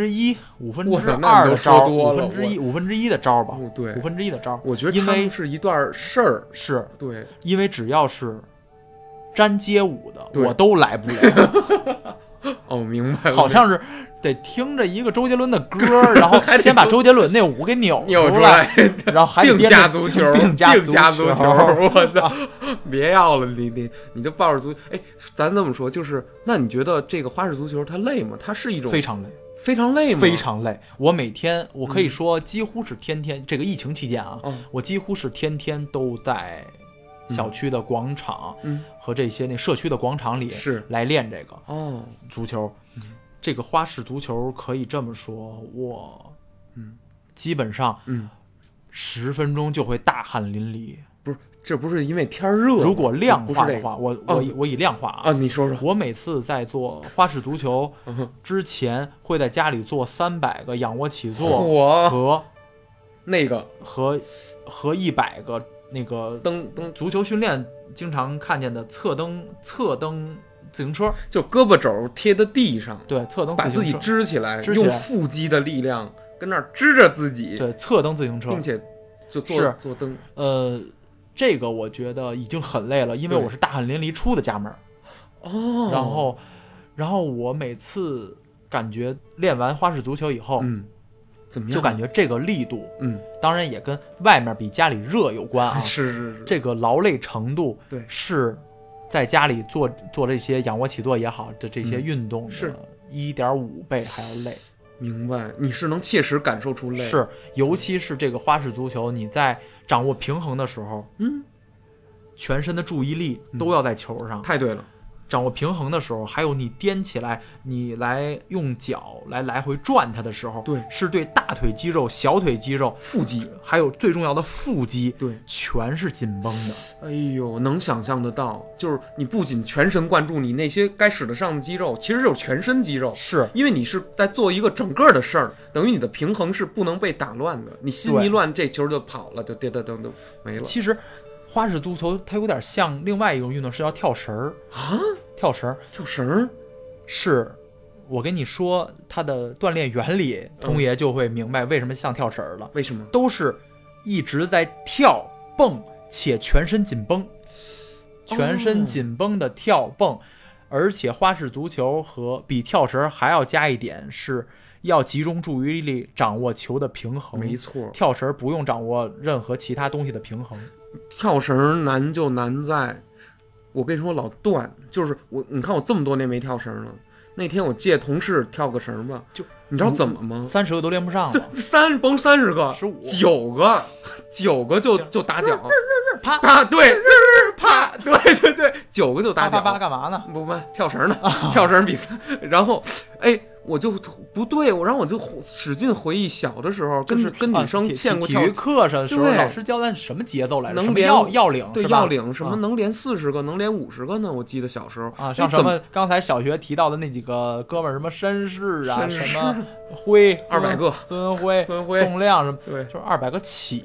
1/5、2%的招，1/5的招吧， 对 ，1/5的招。 我觉得他们是一段事儿， 是对， 因为只要是沾街舞的，我都来不了。 哦，明白了， 好像是得听着一个周杰伦的歌，然后先把周杰伦那舞给扭出来，然后还并加足球， 并加足球， 我操！别要了，你就抱着足球。哎，咱这么说，就是那你觉得这个花式足球它累吗？它是一种非常累， 非常累吗？ 非常累。我每天，我可以说几乎是天天，这个疫情期间啊，我几乎是天天都在小区的广场和这些那社区的广场里是来练这个足球。这个花式足球可以这么说，我基本上10分钟就会大汗淋漓。 不是，这不是因为天热？ 如果量化的话，我以量化啊，你说说。 我每次在做花式足球之前，会在家里做300个仰卧起坐和那个和100个那个足球训练经常看见的侧蹬自行车， 就胳膊肘贴在地上， 对，侧蹬自行车， 把自己支起来，用腹肌的力量跟那儿支着自己， 对，侧蹬自行车， 并且就坐蹬。 这个我觉得已经很累了，因为我是大汗淋漓出的家门。然后我每次感觉练完花式足球以后， 怎么样？ 就感觉这个力度，当然也跟外面比家里热有关啊。 是， 这个劳累程度， 对， 是在家里做这些仰卧起坐也好的这些运动是 1.5倍还要累。 明白，你是能切实感受出累。 是，尤其是这个花式足球，你在掌握平衡的时候，全身的注意力都要在球上。 太对了。 掌握平衡的时候，还有你颠起来，你来用脚来回转它的时候， 对， 是对大腿肌肉、小腿肌肉、 腹肌， 还有最重要的腹肌， 对， 全是紧绷的。 哎呦，能想象得到，就是你不仅全神贯注你那些该使得上的肌肉，其实就是全身肌肉， 是因为你是在做一个整个的事儿，等于你的平衡是不能被打乱的。你心一乱，这球就跑了，就跌噔噔就没了。 其实花式足球它有点像另外一种运动，是要跳绳儿啊。 跳绳是，我跟你说它的锻炼原理，童爷就会明白为什么像跳绳了。 为什么？ 都是一直在跳蹦，且全身紧绷，全身紧绷的跳蹦，而且花式足球和比跳绳还要加一点，是要集中注意力掌握球的平衡。 没错， 跳绳不用掌握任何其他东西的平衡。 跳绳难就难在，我跟你说老断，就是你看我这么多年没跳绳了，那天我借同事跳个绳吧，就你知道怎么吗 ？30个都练不上了， 对甭30个 ，15， 9个就打脚， 啪， 对，啪，对，9个就打脚， 啪干嘛呢？ 不跳绳呢，跳绳比赛，然后我就不对，然后我就使劲回忆小的时候，跟女生见过体育课上的时候，老师教咱什么节奏来着？ 能连要领， 对，要领什么能连40个，能连50个呢？我记得小时候啊，像什么刚才小学提到的那几个哥们儿，什么绅士啊，什么辉 200个， 孙辉、宋亮什么，对，就是200个起，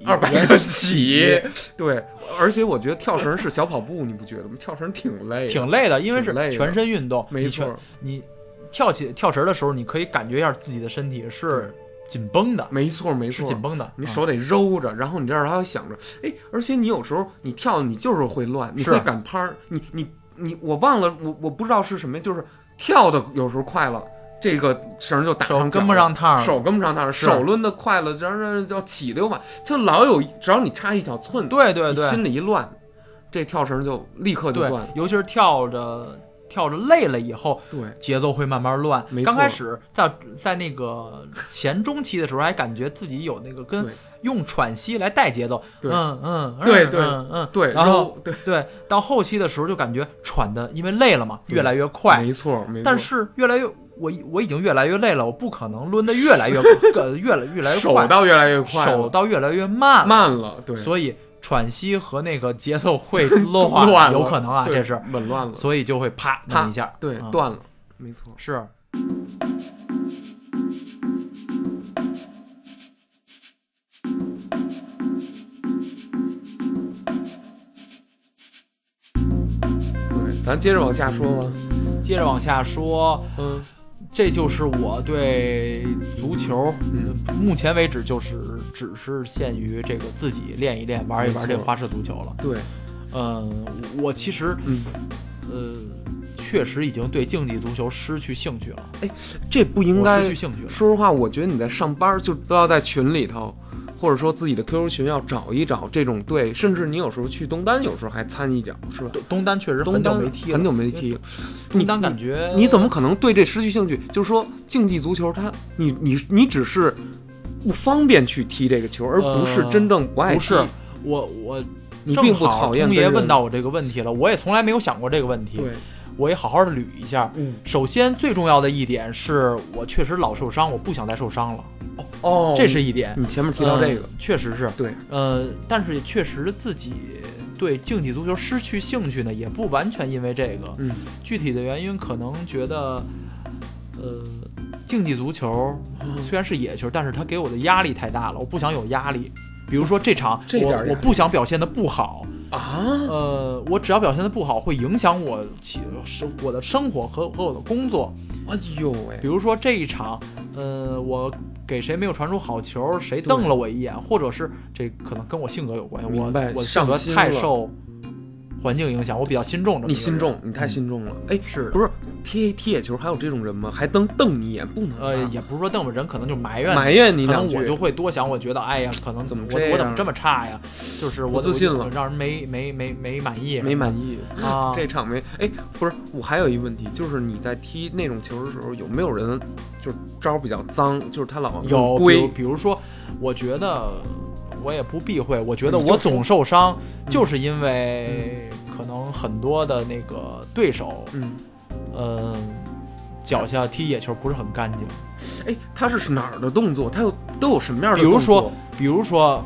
对，而且我觉得跳绳是小跑步，你不觉得吗？跳绳挺累的，因为是全身运动， 没错， 你跳绳的时候，你可以感觉一下自己的身体是紧绷的， 没错， 是紧绷的， 你手得揉着，然后你这儿还要想着，而且你有时候你跳，你就是会乱，你会赶拍儿，你我忘了，我不知道是什么，就是跳的有时候快了，这个绳就打上， 手跟不上趟， 手抡的快了，这叫起溜吧，就老有，只要你差一小寸， 对， 你心里一乱，这跳绳就立刻就断， 尤其是跳着累了以后， 对， 节奏会慢慢乱。刚开始在那个前中期的时候，还感觉自己有那个跟用喘息来带节奏， 对， 对，然后对，到后期的时候就感觉喘的，因为累了嘛，越来越快。 没错。 但是越来越，我已经越来越累了，我不可能抡得越来越快， 手到越来越快， 手到越来越慢了，对， 所以。喘息和那个节奏会乱，有可能啊，这是紊乱了， 所以就会啪那么一下， 对，断了，没错， 是。 对，咱接着往下说吗？ 接着往下说，这就是我对足球，目前为止只是限于这个自己练一练、玩一玩这个花式足球了。 对， 我其实，确实已经对竞技足球失去兴趣了。 这不应该失去兴趣了。 说实话，我觉得你在上班就都要在群里头，或者说自己的 QQ 群要找一找这种队，甚至你有时候去东单，有时候还参一脚，是吧？ 东单确实很久没踢了，东单感觉你怎么可能对这失去兴趣？就是说竞技足球它，你只是不方便去踢这个球，而不是真正不爱踢。 不是我你并不讨厌。 东爷问到我这个问题了，我也从来没有想过这个问题。 对。 我也好好的捋一下。首先最重要的一点是我确实老受伤，我不想再受伤了。这是一点。 你前面提到这个， 确实是对。 但是确实自己对竞技足球失去兴趣呢，也不完全因为这个。具体的原因可能觉得，竞技足球虽然是野球，但是它给我的压力太大了，我不想有压力。比如说这场，我不想表现得不好。我只要表现得不好，会影响我的生活和我的工作， 哎呦喂， 比如说这一场，我给谁没有传出好球，谁瞪了我一眼，或者是这可能跟我性格有关系，我性格太受环境影响，我比较心重。 你心重，你太心重了。哎， 是不是踢野球还有这种人吗？还瞪你一眼不能？ 也不是说瞪人，可能就埋怨你两句， 可能我就会多想，我觉得哎呀，可能怎么我怎么这么差呀？就是我自信了， 让人没满意， 没满意啊！ 这场没哎，不是，我还有一个问题，就是你在踢那种球的时候，有没有人就是招比较脏，就是他老有规？ 比如说，我觉得我也不避讳，我觉得我总受伤，就是因为可能很多的那个对手，脚下踢野球不是很干净。 哎，他是哪儿的动作？他都有什么样的动作？ 比如说，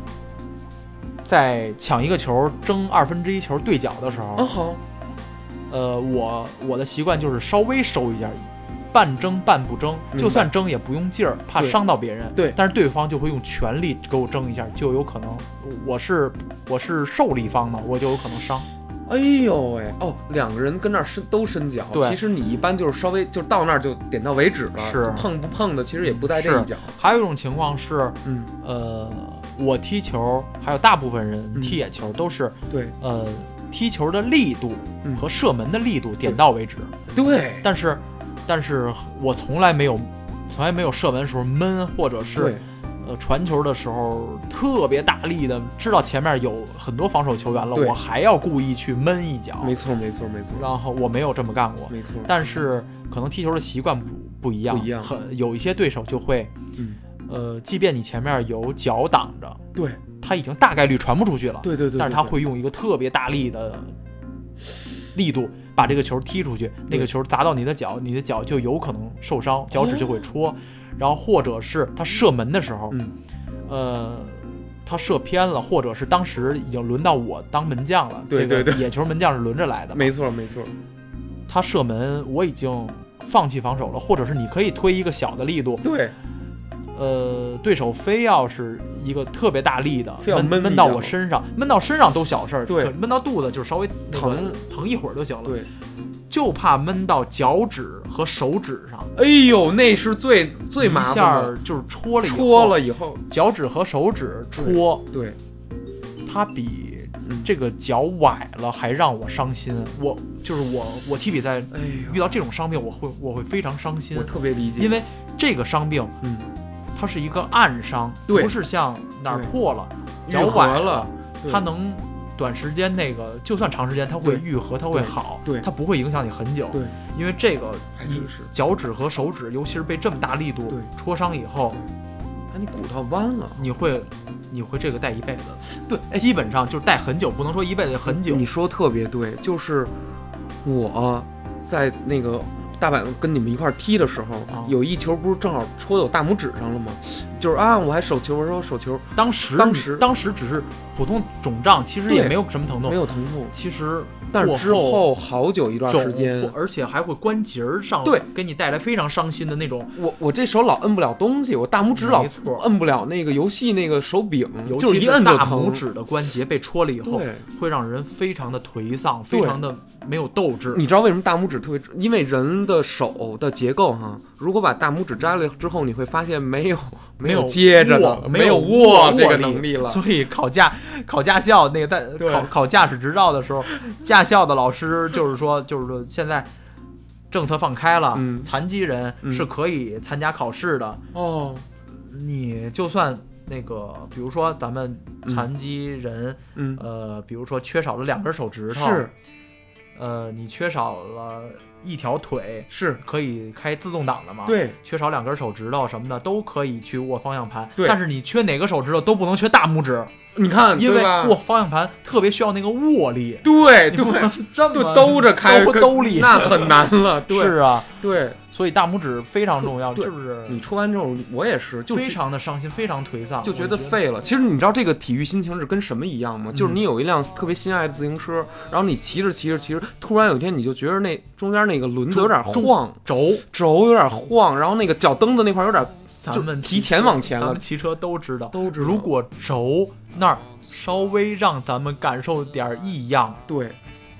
在抢一个球争1/2球对角的时候， 好， 我的习惯就是稍微收一下，半争半不争，就算争也不用劲儿，怕伤到别人。 对， 但是对方就会用全力给我争一下，就有可能我是受力方嘛，我就有可能伤。 哎呦喂，两个人跟那儿都伸脚， 对， 其实你一般就是稍微就到那儿就点到为止了， 是碰不碰的其实也不带这一脚。 还有一种情况是，我踢球，还有大部分人踢野球都是对， 踢球的力度和射门的力度点到为止。 对， 但是我从来没有射门的时候闷，或者是传球的时候特别大力的，知道前面有很多防守球员了，我还要故意去闷一脚。 没错。 然后我没有这么干过， 没错。 但是可能踢球的习惯不一样，有一些对手就会，即便你前面有脚挡着， 对， 他已经大概率传不出去了， 对， 但是他会用一个特别大力的力度把这个球踢出去，那个球砸到你的脚，你的脚就有可能受伤，脚趾就会戳。然后或者是他射门的时候，他射偏了，或者是当时已经轮到我当门将了。 对， 野球门将是轮着来的。 没错。 他射门，我已经放弃防守了，或者是你可以推一个小的力度。 对。 对手非要是一个特别大力的， 非要闷到我身上，闷到身上都小事儿， 对， 闷到肚子就稍微疼一会儿就行了。 对。 就怕闷到脚趾和手指上， 哎呦，那是最麻烦的，一下就是戳了以后，脚趾和手指戳， 对， 它比这个脚崴了还让我伤心。我踢比赛，遇到这种伤病，我会非常伤心。 我特别理解， 因为这个伤病，它是一个暗伤，不是像哪儿破了、脚崴了，它能。短时间那个就算长时间它会愈合，它会好， 对， 它不会影响你很久， 对， 因为这个脚趾和手指，尤其是被这么大力度戳伤以后， 那你骨头弯了， 你会这个带一辈子，对，基本上就是带很久，不能说一辈子，很久。 你说特别对，就是我在那个大阪跟你们一块踢的时候，有一球不是正好戳到我大拇指上了吗？就是我还手球，我说手球，当时只是普通肿胀，其实也没有什么疼痛， 没有疼痛。 其实， 但是之后好久一段时间， 而且还会关节上， 对， 给你带来非常伤心的那种。 我这手老摁不了东西，我大拇指老摁不了那个游戏那个手柄， 就是一摁就疼。 大拇指的关节被戳了以后，会让人非常的颓丧，非常的没有斗志。 你知道为什么大拇指特别？因为人的手的结构如果把大拇指摘了之后，你会发现没有接着的，没有握这个能力了。 所以考驾校那个在考驾驶执照的时候，驾校的老师就是说现在政策放开了，残疾人是可以参加考试的。你就算那个，比如说咱们残疾人，比如说缺少了2根手指头， 是。 你缺少了一条腿， 是可以开自动挡的嘛？ 对， 缺少2根手指头什么的都可以去握方向盘。 对， 但是你缺哪个手指头都不能缺大拇指。 你看， 因为握方向盘特别需要那个握力。 对， 这么兜着开， 兜里那很难了。对， 是啊， 对。 所以大拇指非常重要，就是你戳完之后，我也是，就非常的伤心，非常颓丧， 就觉得废了。其实你知道这个体育心情是跟什么一样吗？就是你有一辆特别心爱的自行车，然后你骑着，突然有一天你就觉得那中间那个轮子有点晃，轴有点晃，然后那个脚蹬子那块有点就提前往前了。 咱们骑车都知道，如果轴那儿稍微让咱们感受点异样， 对。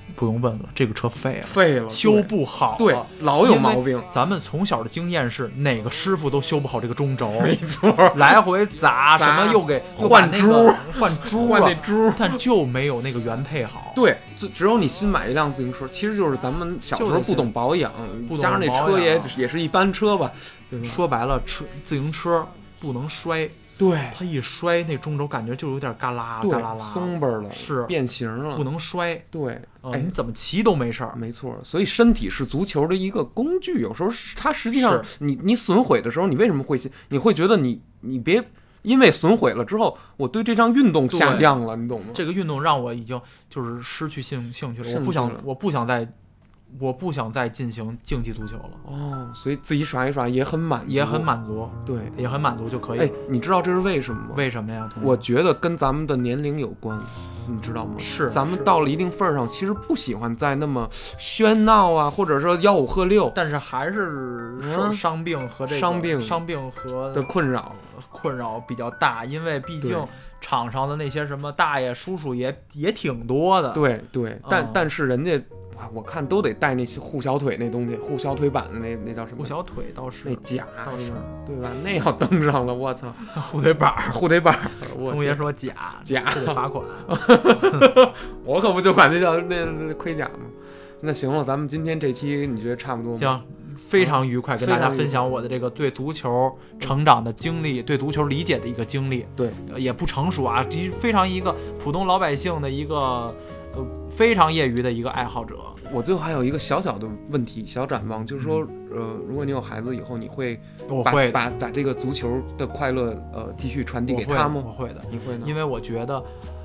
不用问了，这个车废了，修不好了， 对，老有毛病。 咱们从小的经验是，哪个师傅都修不好这个中轴， 没错， 来回砸什么又给换珠， 换那珠， 但就没有那个原配好。 对，只有你新买一辆自行车，其实就是咱们小时候不懂保养，加上那车也是一般车吧，对吧？ 说白了，自行车不能摔。 对， 它一摔，那中轴感觉就有点嘎啦嘎啦啦， 松嘣了， 是变形了， 不能摔。 对， 你怎么骑都没事儿。 没错，所以身体是足球的一个工具，有时候它实际上你损毁的时候，你为什么你会觉得你别因为损毁了之后，我对这项运动下降了，你懂吗？ 这个运动让我已经就是失去兴趣了，我不想再进行竞技足球了。 哦，所以自己耍一耍也很满足， 对， 也很满足就可以。 你知道这是为什么吗？ 为什么呀？ 我觉得跟咱们的年龄有关，你知道吗？ 是， 咱们到了一定份上，其实不喜欢再那么喧闹啊，或者说吆五喝六， 但是还是受伤病和这个伤病和的困扰比较大，因为毕竟场上的那些什么大爷叔叔也挺多的。 对，但是人家。我看都得带那护小腿那东西，护小腿板的那叫什么？ 护小腿倒是那甲倒是对吧？那要登上了，我操！ 护腿板， 同学说甲就得罚款。 我可不就管那叫那盔甲吗？那行了，咱们今天这期你觉得差不多吗？ 行，非常愉快，跟大家分享我的这个对足球成长的经历，对足球理解的一个经历。 对， 也不成熟啊，非常一个普通老百姓的一个非常业余的一个爱好者。 我最后还有一个小小的问题，小展望，就是说，如果你有孩子以后，你会把这个足球的快乐继续传递给他吗？ 我会的， 你会呢？ 因为我觉得，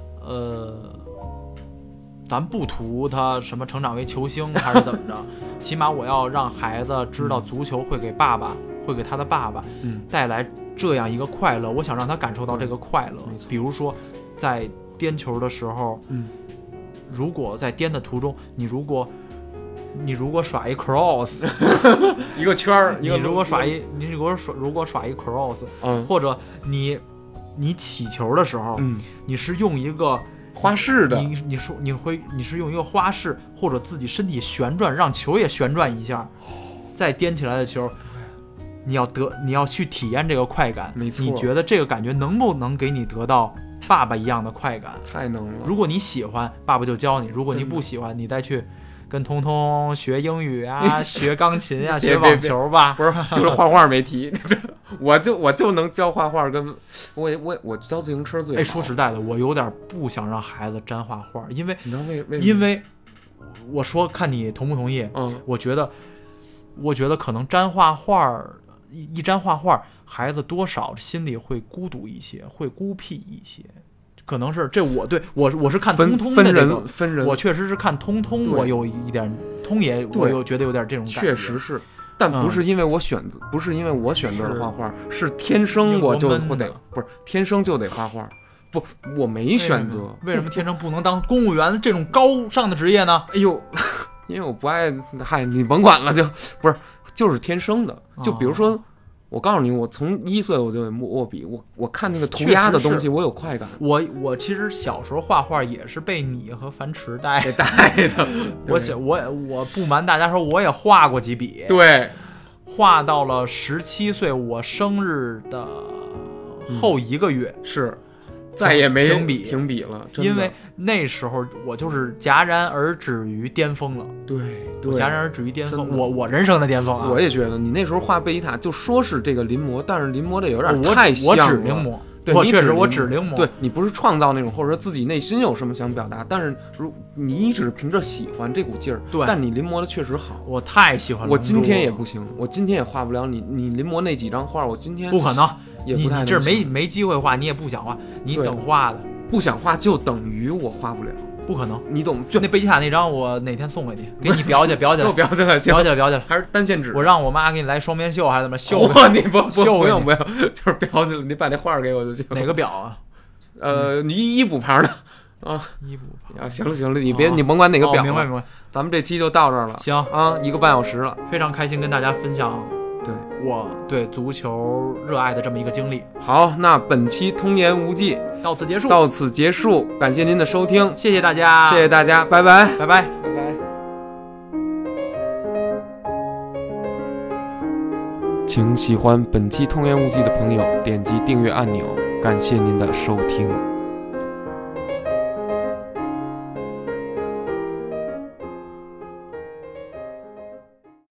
咱不图他什么成长为球星还是怎么着，起码我要让孩子知道足球会给会给他的爸爸带来这样一个快乐。我想让他感受到这个快乐，比如说在颠球的时候，如果在颠的途中，你如果耍一 cross 一个圈儿， 你如果耍一 cross，或者你起球的时候，你是用一个花式的， 你是用一个花式，或者自己身体旋转，让球也旋转一下，再颠起来的球，你要去体验这个快感。 没错， 你觉得这个感觉能不能给你得到爸爸一样的快感？ 太能了。 如果你喜欢，爸爸就教你；如果你不喜欢，你再去跟通通学英语啊，学钢琴啊，学网球吧。 不是，就是画画没提。我就能教画画，跟我教自行车最好。 说实在的，我有点不想让孩子沾画画，因为你知道为什么？ 因为我说看你同不同意。我觉得可能沾画画一沾画画，孩子多少心里会孤独一些，会孤僻一些。可能是这我是看通通的这个分人， 我确实是看通通，我有一点通爷，我又觉得有点这种感觉。 确实是，但不是因为我选择，不是因为我选择了画画，是天生我就不是天生就得画画。不，我没选择。 为什么天生不能当公务员这种高尚的职业呢？ 哎呦，因为我不爱，你甭管了，就是天生的。就比如说。我告诉你，我从1岁我就会握笔，我看那个涂鸦的东西，我有快感。 我其实小时候画画也是被你和樊迟带的。 我不瞒大家说，我也画过几笔。 对， 画到了17岁，我生日的后1个月， 是再也没停笔了， 因为那时候我就是戛然而止于巅峰了。 对， 戛然而止于巅峰，我人生的巅峰啊！ 我也觉得你那时候画贝吉塔，就说是这个临摹，但是临摹的有点太像了。 我只临摹， 对， 我确实我只临摹。 对，你不是创造那种，或者说自己内心有什么想表达，但是你只是凭着喜欢这股劲儿， 对， 但你临摹的确实好。 我太喜欢了。 我今天也不行，我今天也画不了你临摹那几张画，我今天不可能。 你这没机会画，你也不想画，你等画的。 不想画就等于我画不了， 不可能， 你懂？ 就那贝吉塔那张，我哪天送给你，给你裱起来，裱起来， 裱起来，还是单线纸？ 我让我妈给你来双面绣，还是怎么绣？ 你不用，就是裱起来，你把那画给我就行。 哪个表啊？ 你一补旁的啊， 一补旁。 行了，你别，你甭管哪个表。 明白。 咱们这期就到这儿了。 行啊，1个半小时了， 非常开心跟大家分享。对我对足球热爱的这么一个经历。 好，那本期通言无忌到此结束， 感谢您的收听， 谢谢大家， 拜拜。 拜拜。 请喜欢本期《童言无忌》的朋友点击订阅按钮，感谢您的收听。